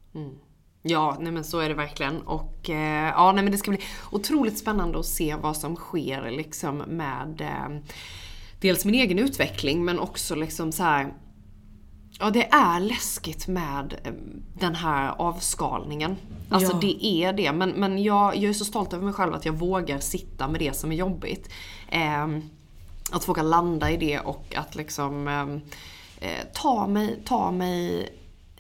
Ja, nej men så är det verkligen. Och ja, nej men det ska bli otroligt spännande att se vad som sker liksom med dels min egen utveckling, men också liksom så här, ja, det är läskigt med den här avskalningen. Alltså det är det, men jag är så stolt över mig själv att jag vågar sitta med det som är jobbigt. Att våga landa i det och att liksom ta mig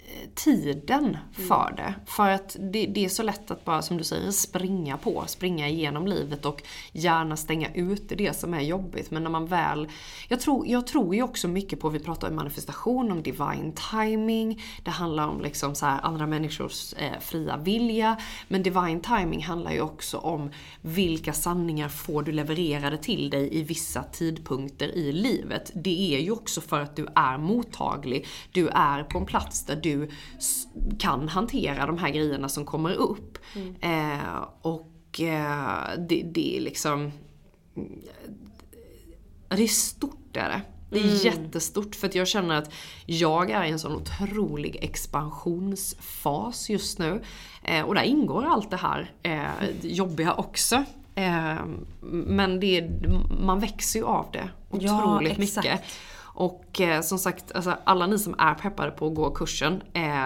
tiden för det. För att det är så lätt att bara, som du säger, springa igenom livet och gärna stänga ute det som är jobbigt. Men när man väl, jag tror ju också mycket på, vi pratar om manifestation, om divine timing. Det handlar om liksom så här andra människors fria vilja. Men divine timing handlar ju också om vilka sanningar får du levererade till dig i vissa tidpunkter i livet. Det är ju också för att du är mottaglig. Du är på en plats där du kan hantera de här grejerna som kommer upp. Det är liksom, det är stort där. Det är jättestort, för att jag känner att jag är i en sån otrolig expansionsfas just nu. Och där ingår allt det här jobbiga också. Men man växer ju av det otroligt mycket. Och som sagt, alltså, alla ni som är peppade på att gå kursen,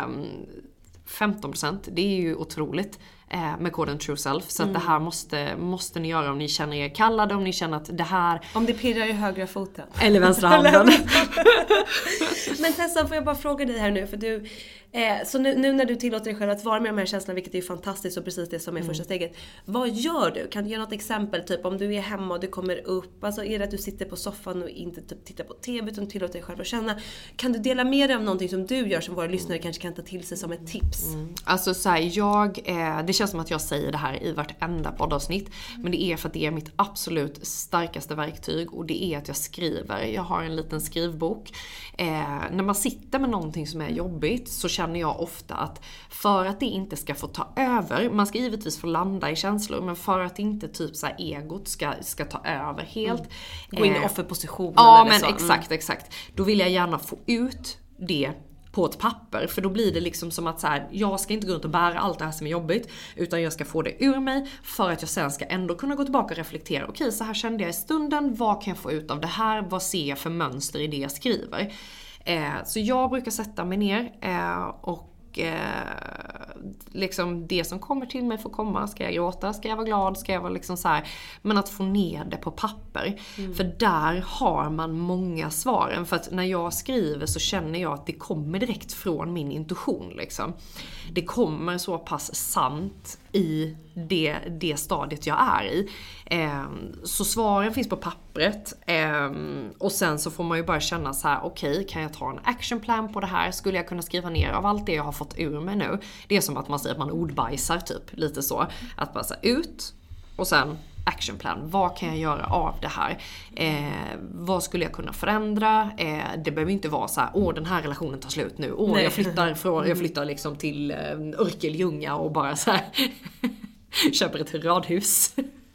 15%, det är ju otroligt med koden True Self. Så att det här måste ni göra om ni känner er kallade, om ni känner att det här... Om det pirrar i högra foten. Eller vänstra handen. Men Tessa, får jag bara fråga dig här nu, för du... Så nu när du tillåter dig själv att vara med de här känslorna, vilket är fantastiskt och precis det som är första steget. Vad gör du? Kan du ge något exempel? Typ om du är hemma och du kommer upp. Alltså är det att du sitter på soffan och inte typ tittar på tv utan tillåter dig själv att känna? Kan du dela med dig av någonting som du gör som våra lyssnare kanske kan ta till sig som ett tips? Alltså så här, det känns som att jag säger det här i vartenda poddavsnitt. Men det är för att det är mitt absolut starkaste verktyg. Och det är att jag skriver. Jag har en liten skrivbok. När man sitter med någonting som är jobbigt så känner jag ofta att för att det inte ska få ta över, man ska givetvis få landa i känslor, men för att inte typ så här egot ska ta över helt. Gå in i offerpositionen. Ja, eller men så. Exakt. Då vill jag gärna få ut det på ett papper, för då blir det liksom som att så här, jag ska inte gå runt och bära allt det här som är jobbigt, utan jag ska få det ur mig för att jag sen ska ändå kunna gå tillbaka och reflektera. Okej, så här kände jag i stunden, vad kan jag få ut av det här, vad ser jag för mönster i det jag skriver? Så jag brukar sätta mig ner och liksom det som kommer till mig får komma. Ska jag gråta? Ska jag vara glad? Ska jag vara liksom så här? Men att få ner det på papper. För där har man många svaren. För att när jag skriver så känner jag att det kommer direkt från min intuition liksom. Det kommer så pass sant i det stadiet jag är i. Så svaren finns på pappret. Och sen så får man ju bara känna så här: okej, kan jag ta en actionplan på det här? Skulle jag kunna skriva ner av allt det jag har fått ur mig nu? Det är som att man säger att man ordbajsar typ, lite så. Att bara så här, ut och sen actionplan. Vad kan jag göra av det här? Vad skulle jag kunna förändra? Det behöver inte vara så här: den här relationen tar slut nu. Jag flyttar liksom till Örkelljunga och bara så här köper ett radhus.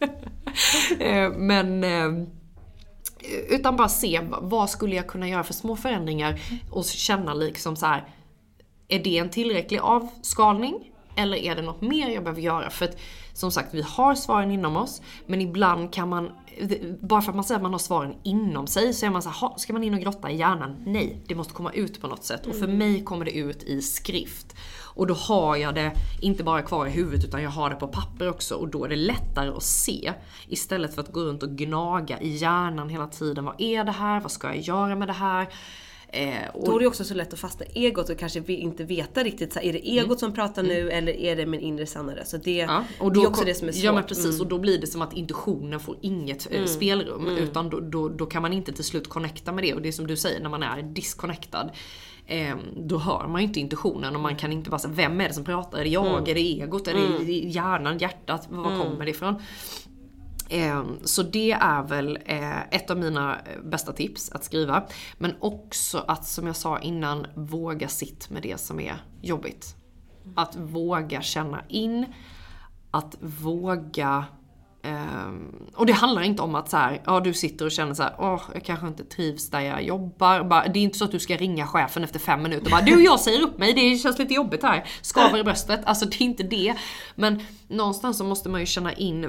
Utan bara se vad skulle jag kunna göra för små förändringar och känna liksom så här: är det en tillräcklig avskalning eller är det något mer jag behöver göra? För att som sagt, vi har svaren inom oss, men ibland kan man, bara för att man säger att man har svaren inom sig, så är man så här: ska man in och grotta i hjärnan? Nej, det måste komma ut på något sätt. Och för mig kommer det ut i skrift. Och då har jag det inte bara kvar i huvudet, utan jag har det på papper också. Och då är det lättare att se, istället för att gå runt och gnaga i hjärnan hela tiden. Vad är det här? Vad ska jag göra med det här? Då är det också så lätt att fastna egot och kanske inte veta riktigt så här, är det egot som pratar nu eller är det min inre sannare? Så det, och då, det är också det som är svårt. Ja, men precis. Och då blir det som att intuitionen får inget spelrum. Utan då kan man inte till slut connecta med det. Och det är som du säger, när man är disconnectad, då hör man ju inte intuitionen. Och man kan inte bara säga: vem är det som pratar? Är det jag? Är det egot? Är det hjärnan? Hjärtat? Var kommer det ifrån? Så det är väl ett av mina bästa tips, att skriva. Men också att, som jag sa innan, våga sitta med det som är jobbigt. Att våga känna in, att våga... och det handlar inte om att så här, du sitter och känner så här: jag kanske inte trivs där jag jobbar. Det är inte så att du ska ringa chefen efter 5 minuter och bara: du, jag säger upp mig, det känns lite jobbigt här, skaver i bröstet. Alltså det är inte det. Men någonstans så måste man ju känna in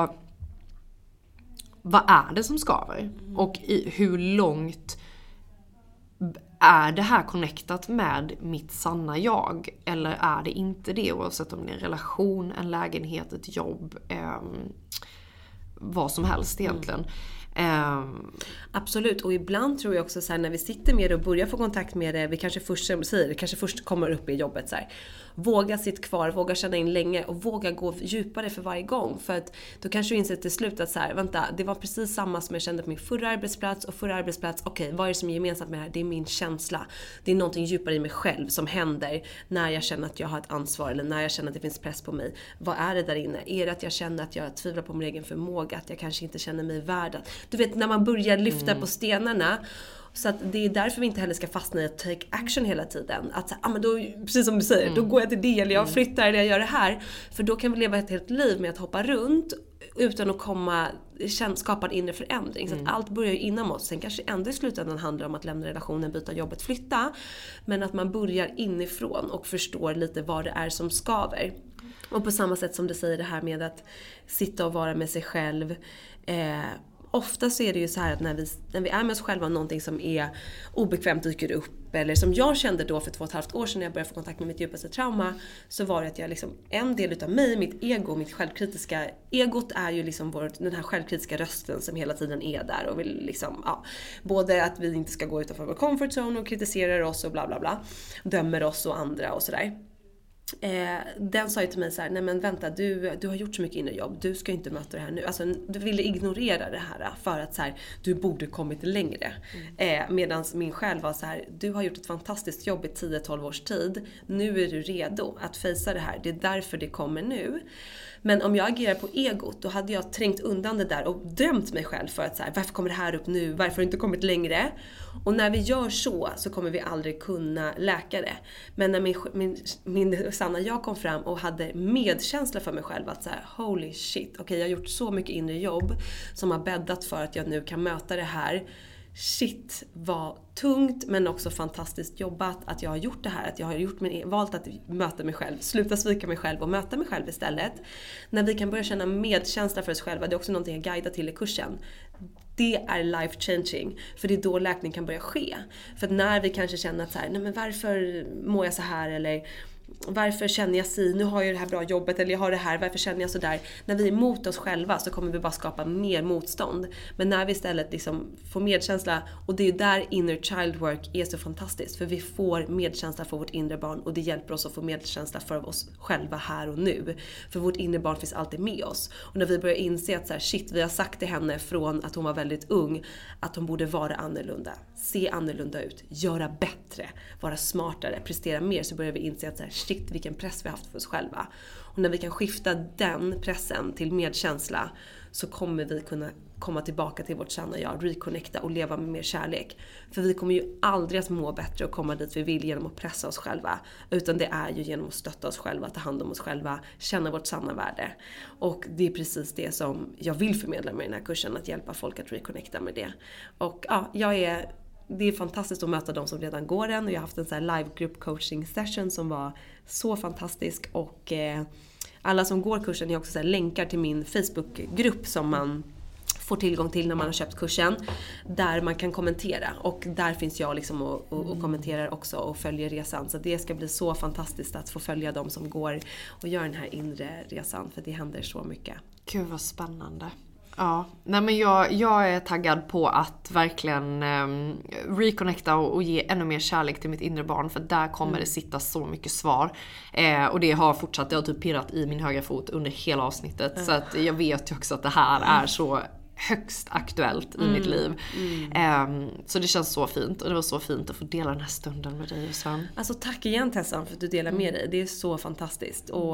vad är det som skaver? Och hur långt är det här connectat med mitt sanna jag? Eller är det inte det? Oavsett om det är en relation, en lägenhet, ett jobb, vad som helst egentligen. Absolut, och ibland tror jag också så här, när vi sitter med det och börjar få kontakt med det, vi kanske först kommer upp i jobbet så här. Våga sitta kvar, våga känna in länge och våga gå djupare för varje gång. För att då kanske du inser till slut att så här, vänta, det var precis samma som jag kände på min förra arbetsplats. Okej, vad är det som är gemensamt med det här? Det är min känsla. Det är någonting djupare i mig själv som händer när jag känner att jag har ett ansvar eller när jag känner att det finns press på mig. Vad är det där inne? Är det att jag känner att jag tvivlar på min egen förmåga? Att jag kanske inte känner mig värd? du vet när man börjar lyfta på stenarna. Så att det är därför vi inte heller ska fastna i att take action hela tiden. Att men då, precis som du säger, då går jag till det, eller jag flyttar, eller jag gör det här. För då kan vi leva ett helt liv med att hoppa runt utan att skapa en inre förändring. Så att allt börjar ju inom oss. Sen kanske ändå i slutändan handlar om att lämna relationen, byta jobbet, flytta. Men att man börjar inifrån och förstår lite vad det är som skaver. Och på samma sätt som du säger det här med att sitta och vara med sig själv. Ofta så är det ju så här att när vi är med oss själva och någonting som är obekvämt dyker upp, eller som jag kände då för 2,5 år sedan när jag började få kontakt med mitt djupaste trauma, så var det att jag liksom, en del utav mig, mitt ego, mitt självkritiska, egot är ju liksom den här självkritiska rösten som hela tiden är där och vill liksom, både att vi inte ska gå utanför vår comfort zone och kritiserar oss och bla bla bla, dömer oss och andra och sådär. Den sa ju till mig så här: nej men vänta, du har gjort så mycket inre jobb, du ska inte möta det här nu. Alltså du ville ignorera det här för att så här, du borde kommit längre. Medan min själ var så här: du har gjort ett fantastiskt jobb i 10-12 års tid, nu är du redo att fejsa det här, det är därför det kommer nu. Men om jag agerar på egot, då hade jag trängt undan det där och dömt mig själv för att så här, varför kommer det här upp nu, varför har du inte kommit längre? Och när vi gör så kommer vi aldrig kunna läka det. Men när min sanna jag kom fram och hade medkänsla för mig själv, att så här, holy shit, okej, jag har gjort så mycket inre jobb som har bäddat för att jag nu kan möta det här. Shit, vad tungt men också fantastiskt jobbat att jag har gjort det här, att jag har valt att möta mig själv, sluta svika mig själv och möta mig själv istället. När vi kan börja känna medkänsla för oss själva, det är också någonting jag guidar till i kursen. Det är life changing, för det är då läkning kan börja ske. För när vi kanske känner att så här, nej men varför mår jag så här, eller varför känner jag nu har jag det här bra jobbet, eller jag har det här, varför känner jag så där? När vi är emot oss själva så kommer vi bara skapa mer motstånd. Men när vi istället liksom får medkänsla, och det är där inner child work är så fantastiskt, för vi får medkänsla för vårt inre barn, och det hjälper oss att få medkänsla för oss själva här och nu. För vårt inre barn finns alltid med oss. Och när vi börjar inse att så här, shit, vi har sagt till henne från att hon var väldigt ung att hon borde vara annorlunda, se annorlunda ut, göra bättre, vara smartare, prestera mer, så börjar vi inse att så här, shit, vilken press vi har haft för oss själva. Och när vi kan skifta den pressen till medkänsla, så kommer vi kunna komma tillbaka till vårt sanna jag, reconnecta och leva med mer kärlek. För vi kommer ju aldrig att må bättre och komma dit vi vill genom att pressa oss själva, utan det är ju genom att stötta oss själva, ta hand om oss själva, känna vårt sanna värde. Och det är precis det som jag vill förmedla med den här kursen, att hjälpa folk att reconnecta med det. Och det är fantastiskt att möta de som redan går den, och jag har haft en sån här live group coaching session som var så fantastisk, och alla som går kursen är också så här länkar till min Facebookgrupp som man får tillgång till när man har köpt kursen, där man kan kommentera, och där finns jag liksom och kommenterar också och följer resan. Så det ska bli så fantastiskt att få följa dem som går och gör den här inre resan, för det händer så mycket. Gud vad spännande. Ja, nej men jag är taggad på att verkligen reconnecta och ge ännu mer kärlek till mitt inre barn, för där kommer det sitta så mycket svar. Och det har fortsatt, det har typ pirrat i min högra fot under hela avsnnittet. Så att jag vet ju också att det här är så högst aktuellt i mitt liv. Så det känns så fint, och det var så fint att få dela den här stunden med dig och Sven. Alltså tack igen Tessan för att du delar med dig. Det är så fantastiskt, och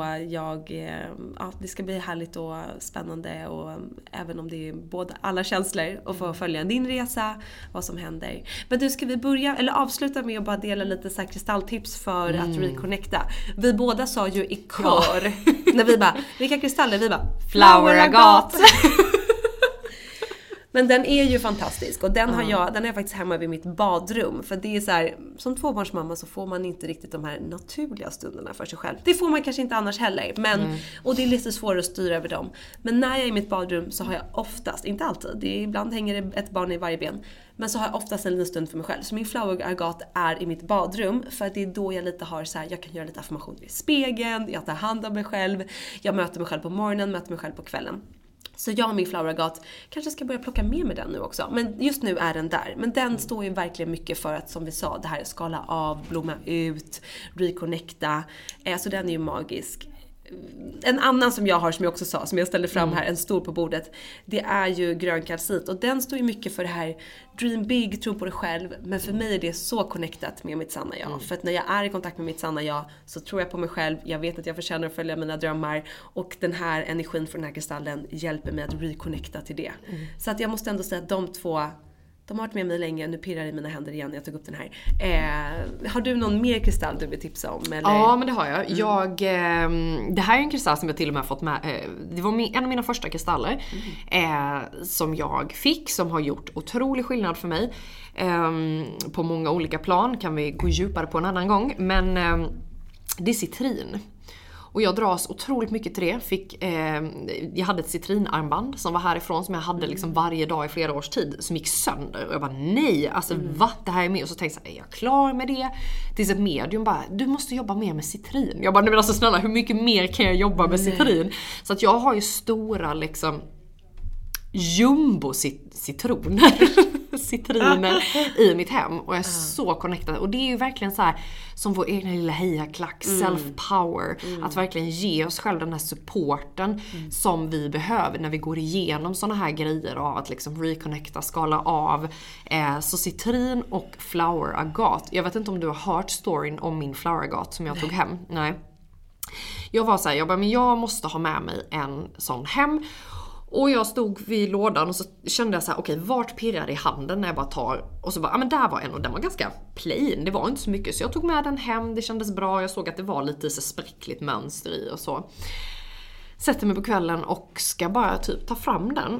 det ska bli härligt och spännande, och även om det är både alla känslor och få följa din resa, vad som händer. Men du, ska vi börja eller avsluta med att bara dela lite så här kristalltips för att reconnecta. Vi båda sa ju i kör när vi bara, vilka kristaller? Vi bara, Flower Agate. Men den är ju fantastisk, och den har jag faktiskt hemma vid mitt badrum. För det är så här, som tvåbarnsmamma så får man inte riktigt de här naturliga stunderna för sig själv. Det får man kanske inte annars heller, men och det är lite svårare att styra över dem. Men när jag är i mitt badrum så har jag oftast, inte alltid, ibland hänger det ett barn i varje ben, men så har jag oftast en liten stund för mig själv. Så min Flower Agate är i mitt badrum, för att det är då jag lite har så här, jag kan göra lite affirmationer i spegeln, jag tar hand om mig själv, jag möter mig själv på morgonen, möter mig själv på kvällen. Så jag och min Flower Agate kanske ska börja plocka med den nu också. Men just nu är den där. Men den står ju verkligen mycket för att, som vi sa, det här skala av, blomma ut, reconnecta. Så den är ju magisk. En annan som jag har, som jag också sa, som jag ställde fram här, en stor på bordet, det är ju grön kalcit. Och den står ju mycket för det här dream big, tro på dig själv. Men för mig är det så connectat med mitt sanna jag. För att när jag är i kontakt med mitt sanna jag, så tror jag på mig själv. Jag vet att jag förtjänar att följa mina drömmar. Och den här energin från den här kristallen hjälper mig att reconnecta till det. Så att jag måste ändå säga att de två, de har varit med mig länge. Nu pirrar i mina händer igen när jag tog upp den här. Har du någon mer kristall du vill tipsa om? Eller? Ja, men det har jag. Det här är en kristall som jag till och med har fått med. Det var en av mina första kristaller som jag fick. Som har gjort otrolig skillnad för mig. På många olika plan. Kan vi gå djupare på en annan gång. Men det är citrin. Och jag dras otroligt mycket till det. Jag hade ett citrinarmband som var härifrån, som jag hade liksom varje dag i flera års tid, som gick sönder. Och jag bara, nej, alltså det här är med. Och så tänkte jag, är jag klar med det? Tills ett medium bara, du måste jobba mer med citrin. Jag bara, nej men alltså snälla, hur mycket mer kan jag jobba med citrin? Så att jag har ju stora liksom jumbo-citroner citriner i mitt hem. Och jag är så connectad. Och det är ju verkligen så här som vår egna lilla hejaklack, self-power. Att verkligen ge oss själv den här supporten som vi behöver när vi går igenom såna här grejer av att liksom reconnecta, skala av. Så citrin och flower agat. Jag vet inte om du har hört storyn om min flower agat som jag tog hem. Nej. Jag var så här, men jag måste ha med mig en sån hem. Och jag stod vid lådan och så kände jag så här, okej, vart pirrar i handen när jag bara tar. Och så bara, ja men där var en, och den var ganska plain, det var inte så mycket. Så jag tog med den hem, det kändes bra, jag såg att det var lite så spräckligt mönster i och så. Sätter mig på kvällen och ska bara typ ta fram den.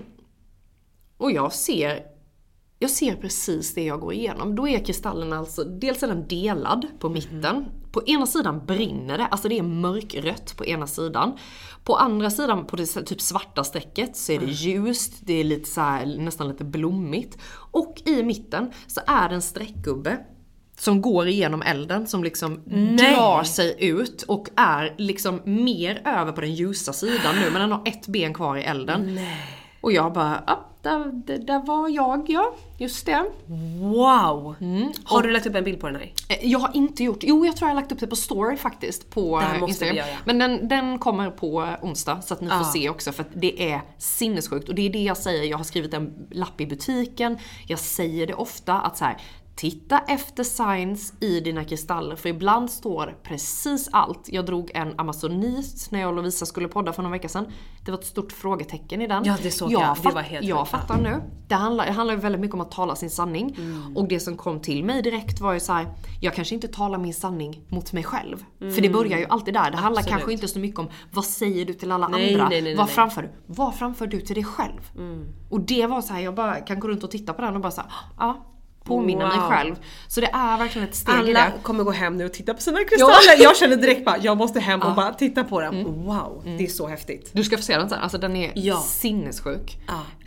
Och jag ser precis det jag går igenom. Då är kristallen alltså, dels är den delad på mitten. På ena sidan brinner det, alltså det är mörkrött på ena sidan. På andra sidan, på det typ svarta strecket, så är det ljust, det är lite så här, nästan lite blommigt. Och i mitten så är det en streckgubbe som går igenom elden, som liksom drar sig ut och är liksom mer över på den ljusa sidan nu, men den har ett ben kvar i elden. Och jag bara, där var jag, ja, just det. Wow! Har du lagt upp en bild på den här? Jag har inte gjort, jag tror jag har lagt upp det på story faktiskt på Instagram. Men den kommer på onsdag, så att ni får se också, för att det är sinnessjukt. Och det är det jag säger, jag har skrivit en lapp i butiken, jag säger det ofta att så här, titta efter signs i dina kristaller, för ibland står precis allt. Jag drog en amazonit när jag och Lovisa skulle podda för några veckor sedan. Det var ett stort frågetecken i den. Ja, det såg jag. Det var helt jag fattar nu. Det handlar ju väldigt mycket om att tala sin sanning. Och det som kom till mig direkt var ju så här, jag kanske inte talar min sanning mot mig själv. För det börjar ju alltid där. Det handlar kanske inte så mycket om vad säger du till alla andra. Vad framför du till dig själv? Och det var så här, jag bara kan gå runt och titta på den och bara så här, påminna mig själv. Så det är verkligen ett steg i det. Alla kommer gå hem nu och titta på sina kristaller. Jag känner direkt bara, jag måste hem och bara titta på den. Wow, det är så häftigt. Du ska få se den sen. Alltså den är sinnessjuk.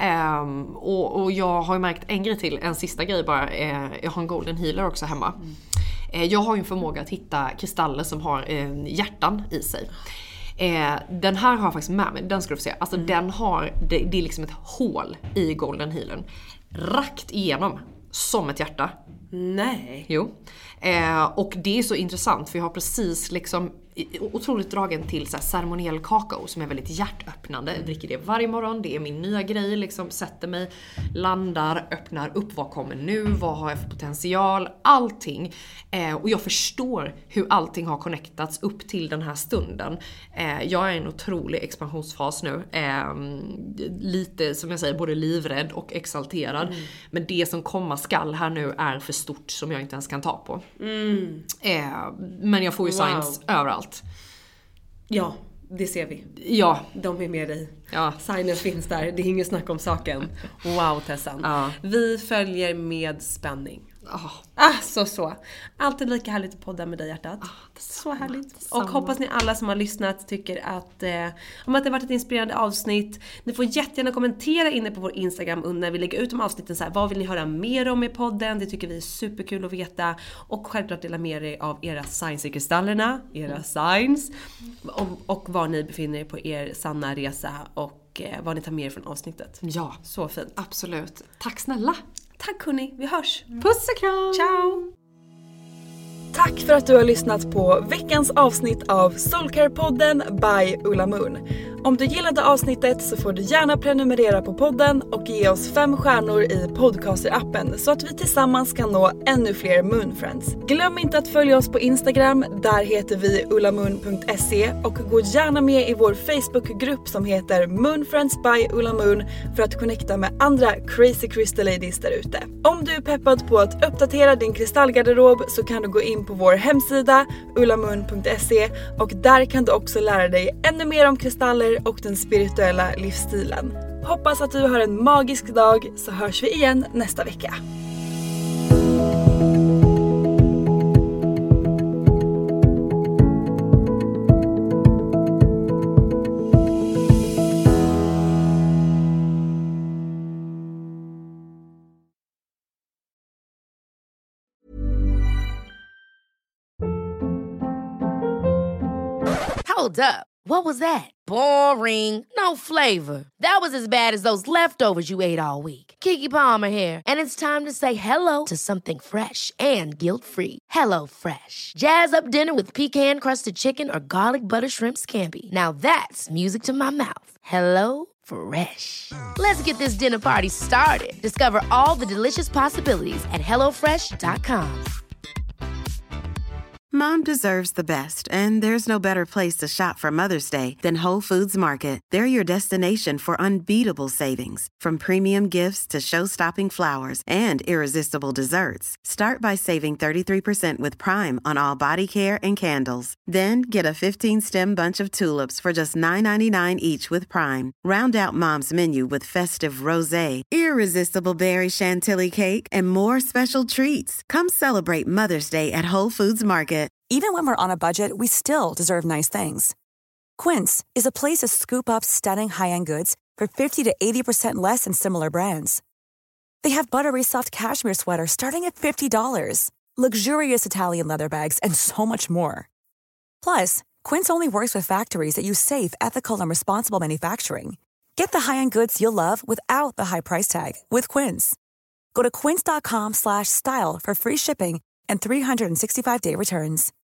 Och jag har ju märkt en grej till, en sista grej bara. Jag har en golden healer också hemma. Jag har ju en förmåga att hitta kristaller som har hjärtan i sig. Den här har jag faktiskt med mig, den ska du få se. Alltså den har, det är liksom ett hål i golden healern. Rakt igenom. Som ett hjärta. Nej. Jo. Och det är så intressant, för jag har precis liksom otroligt dragen till så här ceremoniell kakao som är väldigt hjärtöppnande. Jag dricker det varje morgon, det är min nya grej, liksom sätter mig, landar, öppnar upp, vad kommer nu, vad har jag för potential, allting. Och jag förstår hur allting har connectats upp till den här stunden. Jag är i en otrolig expansionsfas nu. Lite, som jag säger, både livrädd och exalterad. Men det som komma skall här nu är för stort, som jag inte ens kan ta på. Men jag får ju signs överallt. Ja, det ser vi. Ja. De är med dig. Ja. Signen finns där, det är inget snack om saken. Wow, Tessan. Vi följer med spänning. Så. Alltid lika härligt att podda med dig, hjärtat. Så härligt. Och hoppas ni alla som har lyssnat tycker att om att det har varit ett inspirerande avsnitt. Ni får jättegärna kommentera inne på vår Instagram när vi lägger ut de avsnitten. Så här, vad vill ni höra mer om i podden? Det tycker vi är superkul att veta. Och självklart dela med er av era signs i kristallerna. Era signs. Och var ni befinner er på er sanna resa. Och vad ni tar med er från avsnittet. Ja, så fint. Absolut. Tack snälla. Tack hörni, vi hörs. Puss och kram. Ciao. Tack för att du har lyssnat på veckans avsnitt av Soulcare-podden by Ulla Moon. Om du gillade avsnittet så får du gärna prenumerera på podden och ge oss 5 stjärnor i podcaster-appen så att vi tillsammans kan nå ännu fler Moonfriends. Glöm inte att följa oss på Instagram, där heter vi ullamoon.se, och gå gärna med i vår Facebookgrupp som heter Moonfriends by Ulla Moon för att connecta med andra crazy crystal ladies där ute. Om du är peppad på att uppdatera din kristallgarderob så kan du gå in på vår hemsida ullamoon.se, och där kan du också lära dig ännu mer om kristaller och den spirituella livsstilen. Hoppas att du har en magisk dag, så hörs vi igen nästa vecka. Hold up. What was that? Boring. No flavor. That was as bad as those leftovers you ate all week. Keke Palmer here, and it's time to say hello to something fresh and guilt-free. Hello Fresh. Jazz up dinner with pecan-crusted chicken or garlic butter shrimp scampi. Now that's music to my mouth. Hello Fresh. Let's get this dinner party started. Discover all the delicious possibilities at hellofresh.com. Mom deserves the best, and there's no better place to shop for Mother's Day than Whole Foods Market. They're your destination for unbeatable savings, from premium gifts to show-stopping flowers and irresistible desserts. Start by saving 33% with Prime on all body care and candles. Then get a 15-stem bunch of tulips for just $9.99 each with Prime. Round out Mom's menu with festive rosé, irresistible berry chantilly cake, and more special treats. Come celebrate Mother's Day at Whole Foods Market. Even when we're on a budget, we still deserve nice things. Quince is a place to scoop up stunning high-end goods for 50 to 80% less than similar brands. They have buttery soft cashmere sweaters starting at $50, luxurious Italian leather bags, and so much more. Plus, Quince only works with factories that use safe, ethical, and responsible manufacturing. Get the high-end goods you'll love without the high price tag with Quince. Go to quince.com/style for free shipping and 365-day returns.